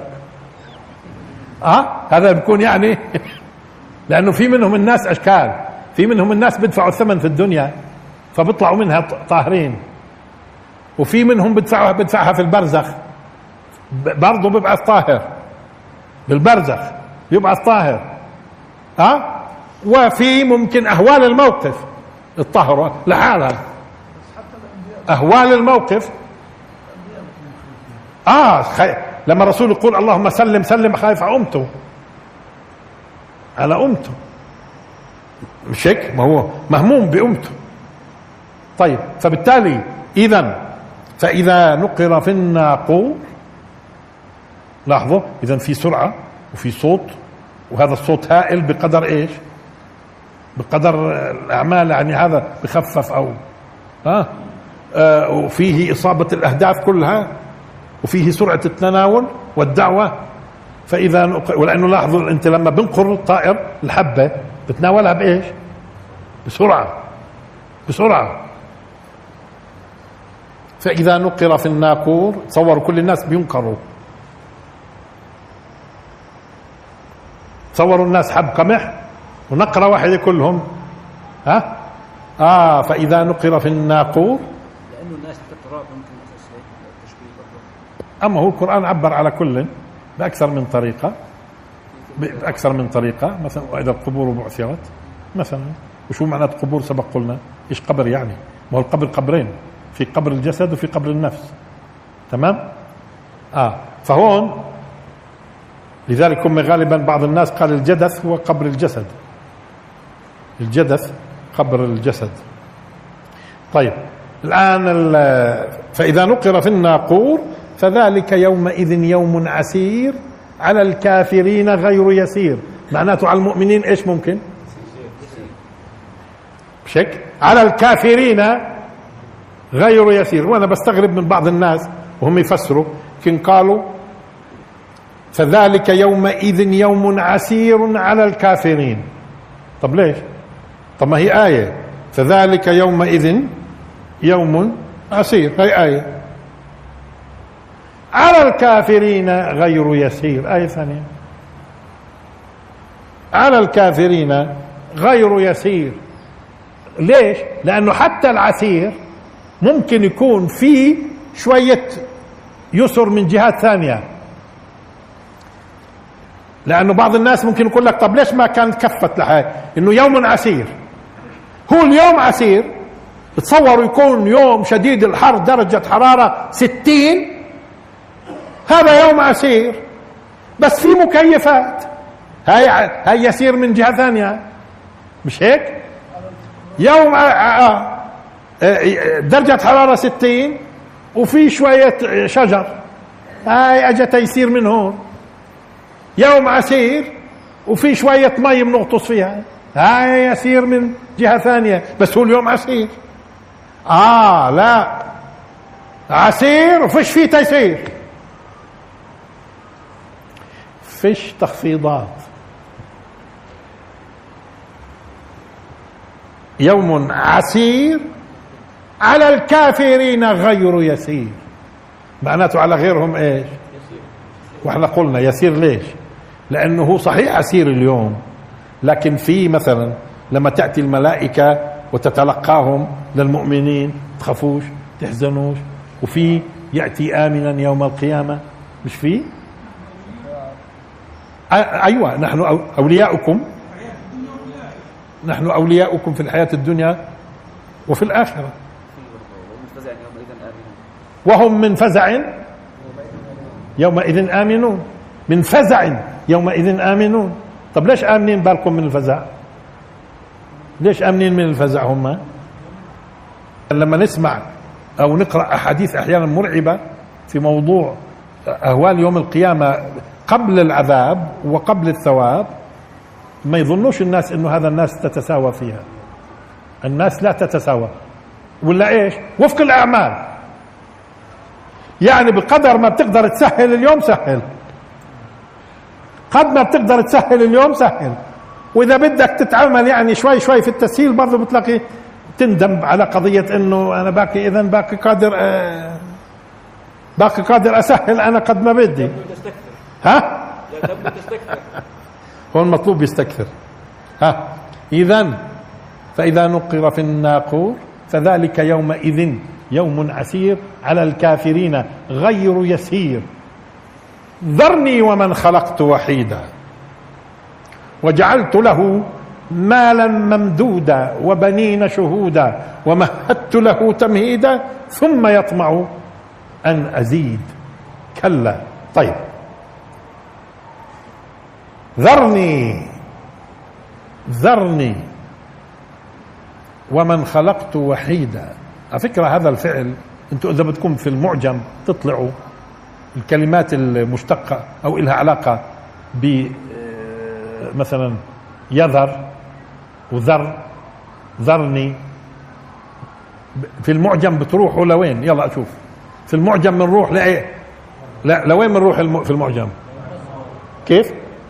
اه هذا بيكون يعني لانه في منهم الناس اشكال، في منهم الناس بيدفعوا الثمن في الدنيا فبيطلعوا منها طاهرين، وفي منهم بدفعها بدفعها في البرزخ برضه بيبعث طاهر، بالبرزخ يبعث طاهر. ها أه؟ وفي ممكن اهوال الموقف الطهر لحالها، اهوال الموقف. اه خي... لما الرسول يقول اللهم سلم سلم، خايف على امته، على امته، مش هيك؟ ما هو مهموم بامته. طيب، فبالتالي اذا فاذا نقر في الناقور، لاحظوا اذا في سرعه وفي صوت، وهذا الصوت هائل بقدر ايش؟ بقدر الاعمال، يعني هذا بخفف او ها آه وفيه اصابه الاهداف كلها، وفيه سرعه التناول والدعوه. فاذا نقر، ولانه لاحظوا انت لما بنقر الطائر الحبه بتناولها بايش؟ بسرعه بسرعه. فاذا نقر في الناقور، تصوروا كل الناس بينقروا، تصوروا الناس حب قمح ونقرة واحدة كلهم. ها اه فإذا نقر في الناقور، لأنه الناس تحت التراب ممكن التشبيه برضه. أما هو القرآن عبر على كل بأكثر من طريقة، بأكثر من طريقة. مثلا وإذا القبور بعثرت مثلا، وشو معنى قبور؟ سبق قلنا إيش قبر يعني؟ ما هو القبر قبرين، في قبر الجسد وفي قبر النفس، تمام؟ اه فهون لذلك هم غالبا بعض الناس قال الجدث هو قبر الجسد، الجدث قبر الجسد. طيب الآن فإذا نقر في الناقور فذلك يومئذ يوم عسير على الكافرين غير يسير. معناته على المؤمنين ايش ممكن؟ بشك على الكافرين غير يسير. وانا بستغرب من بعض الناس وهم يفسروا كن قالوا فذلك يومئذ يوم عسير على الكافرين. طب ليش؟ طب ما هي آية، فذلك يومئذ يوم عسير، هي آية. على الكافرين غير يسير، آية ثانية. على الكافرين غير يسير. ليش؟ لأنه حتى العسير ممكن يكون فيه شوية يسر من جهات ثانية، لأنه بعض الناس ممكن يقول لك طب ليش ما كانت كفت لحاجة إنه يوم عسير. هو اليوم عسير، تصوروا يكون يوم شديد الحر درجة حرارة ستين، هذا يوم عسير بس في مكيفات، هاي هاي يسير من جهة ثانية، مش هيك؟ يوم درجة حرارة ستين وفي شوية شجر، هاي اجى تيسير من هون. يوم عسير وفي شوية مي بنغطس فيها، هاي يسير من جهة ثانية، بس هو اليوم عسير. اه لا، عسير وفيش فيه تيسير، فيش تخفيضات. يوم عسير على الكافرين غير يسير، معناته على غيرهم ايش؟ واحنا قلنا يسير. ليش؟ لانه هو صحيح عسير اليوم، لكن في مثلا لما تأتي الملائكة وتتلقاهم للمؤمنين تخافوش تحزنوش، وفي يأتي آمنا يوم القيامة، مش في؟ أيوة، نحن أولياؤكم، نحن أولياؤكم في الحياة الدنيا وفي الآخرة. وهم من فزع يومئذ آمنون، من فزع يومئذ آمنون. طب ليش آمنين بالكم من الفزع؟ ليش آمنين من الفزع هم؟ لما نسمع أو نقرأ أحاديث أحيانا مرعبة في موضوع أهوال يوم القيامة قبل العذاب وقبل الثواب، ما يظنوش الناس إنه هذا الناس تتساوى فيها. الناس لا تتساوى، ولا إيش؟ وفق الأعمال. يعني بقدر ما بتقدر تسهل اليوم سهل، قد ما بتقدر تسهل اليوم سهل، واذا بدك تتعامل يعني شوي شوي في التسهيل برضه بتلاقي تندم على قضية انه انا باقي، اذا باقي قادر آه باقي قادر اسهل انا قد ما بدي. ها؟ هو المطلوب يستكثر. ها؟ اذا فاذا نقر في الناقور فذلك يومئذ يوم عسير على الكافرين غير يسير. ذرني ومن خلقت وحيدا وجعلت له مالا ممدودا وبنين شهودا ومهدت له تمهيدا ثم يطمع أن أزيد كلا. طيب، ذرني ذرني ومن خلقت وحيدا. على فكرة هذا الفعل انتوا اذا بدكم في المعجم تطلعوا الكلمات المشتقة او لها علاقة ب مثلا يذر وذر، ذرني، في المعجم بتروحوا لوين؟ يلا اشوف في المعجم بنروح لايه؟ لا، لوين بنروح في المعجم؟ كيف؟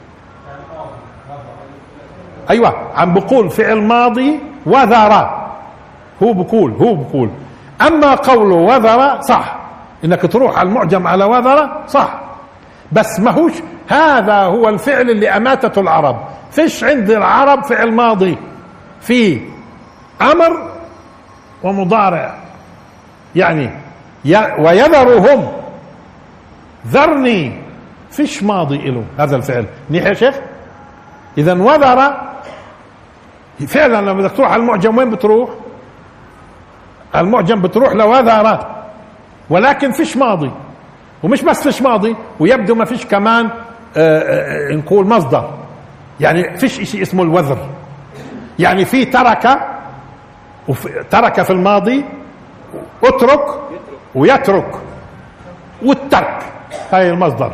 ايوه، عم بقول فعل ماضي وذر، هو بقول هو بقول اما قوله وذر صح، انك تروح على المعجم على وذر صح، بس ما هوش هذا هو الفعل اللي اماتته العرب. فيش عند العرب فعل ماضي، في امر ومضارع، يعني ويذرهم، ذرني، فيش ماضي له هذا الفعل. منيح يا شيخ؟ اذا وذر فعلا لما بدك تروح على المعجم وين بتروح؟ المعجم بتروح لوذر، ولكن فيش ماضي، ومش بس فيش ماضي، ويبدو ما فيش كمان آآ آآ نقول مصدر، يعني فيش اشي اسمه الوذر. يعني في ترك، ترك في الماضي، اترك ويترك، والترك هاي المصدر.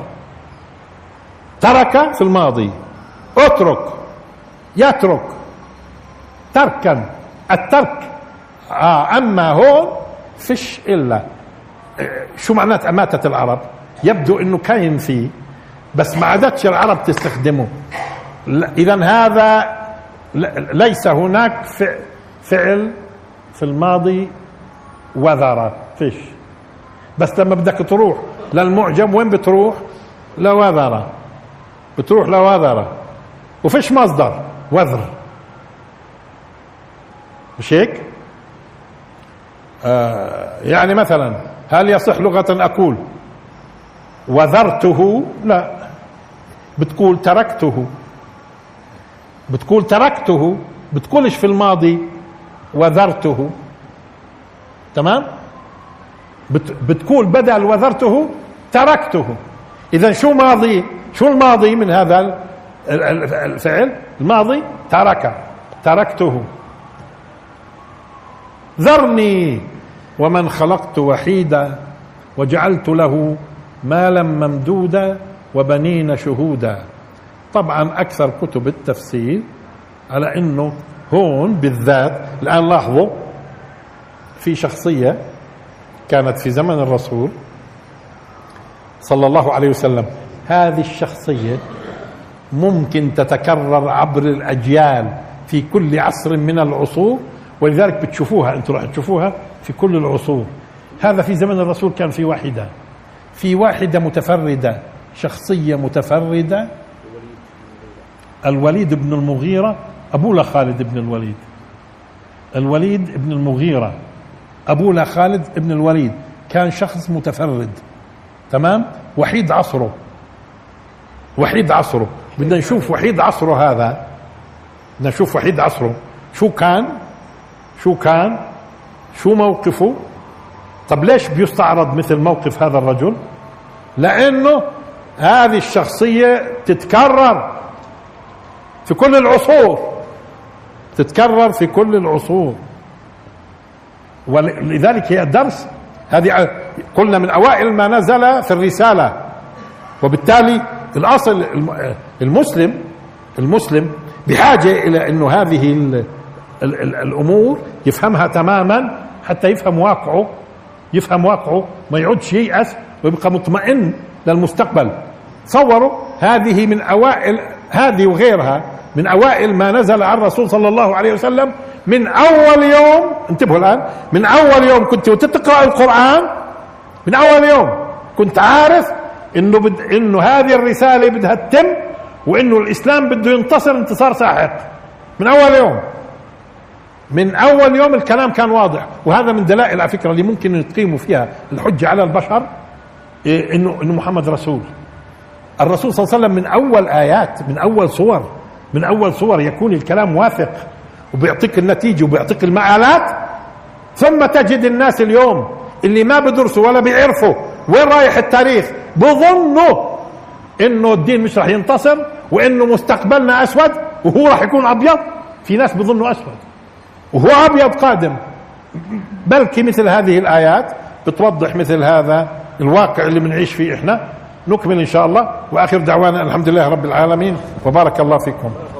ترك في الماضي، اترك، يترك، تركا، الترك. آه اما هون فيش الا شو معنات اماتة العرب؟ يبدو انه كاين فيه بس ما عادتش العرب تستخدمه. اذا هذا ليس هناك فعل في الماضي وذر، فيش. بس لما بدك تروح للمعجم وين بتروح؟ لوذر، بتروح لوذر. وفيش مصدر وذر، مش هيك؟ آه يعني مثلا هل يصح لغة أقول وذرته؟ لا، بتقول تركته، بتقول تركته، بتقولش في الماضي وذرته. تمام؟ بت بتقول بدل وذرته تركته. إذا شو ماضي؟ شو الماضي من هذا الفعل؟ الماضي ترك، تركته. ذرني ومن خلقت وحيدا وجعلت له مالا ممدودا وبنين شهودا. طبعا أكثر كتب التفسير على أنه هون بالذات، الآن لاحظوا في شخصية كانت في زمن الرسول صلى الله عليه وسلم، هذه الشخصية ممكن تتكرر عبر الأجيال في كل عصر من العصور، ولذلك بتشوفوها، انتم راح تشوفوها في كل العصور. هذا في زمن الرسول كان في واحدة، في واحدة متفردة، شخصية متفردة، الوليد بن المغيرة أبو خالد بن الوليد، الوليد بن المغيرة أبو خالد بن الوليد كان شخص متفرد. تمام؟ وحيد عصره، وحيد عصره. بدنا نشوف وحيد عصره هذا، بدنا نشوف وحيد عصره شو كان، شو كان شو موقفه. طب ليش بيستعرض مثل موقف هذا الرجل؟ لأنه هذه الشخصية تتكرر في كل العصور، تتكرر في كل العصور، ولذلك هي الدرس. هذه قلنا من أوائل ما نزل في الرسالة، وبالتالي الأصل المسلم المسلم بحاجة إلى أنه هذه ال ال ال الأمور يفهمها تماما حتى يفهم واقعه، يفهم واقعه ما يعودش ييأس ويبقى مطمئن للمستقبل. تصوروا هذه من أوائل، هذه وغيرها من أوائل ما نزل على الرسول صلى الله عليه وسلم. من أول يوم، انتبهوا الآن، من أول يوم كنت تقرأ القرآن، من أول يوم كنت عارف إنه بد إنه هذه الرسالة بدها تتم، وإنه الإسلام بده ينتصر انتصار ساحق. من أول يوم، من أول يوم الكلام كان واضح. وهذا من دلائل على فكرة اللي ممكن تقيموا فيها الحجة على البشر، إيه إنه إنه محمد رسول. الرسول صلى الله عليه وسلم من أول آيات، من أول صور، من أول صور يكون الكلام واثق وبيعطيك النتيجة وبيعطيك المآلات. ثم تجد الناس اليوم اللي ما بدرسوا ولا بيعرفوا وين رايح التاريخ، بظنوا إنه الدين مش راح ينتصر، وإنه مستقبلنا أسود وهو راح يكون أبيض. في ناس بظنوا أسود وهو أبيض قادم. بلكي مثل هذه الآيات بتوضح مثل هذا الواقع اللي بنعيش فيه إحنا. نكمل إن شاء الله، وآخر دعوانا الحمد لله رب العالمين، وبارك الله فيكم.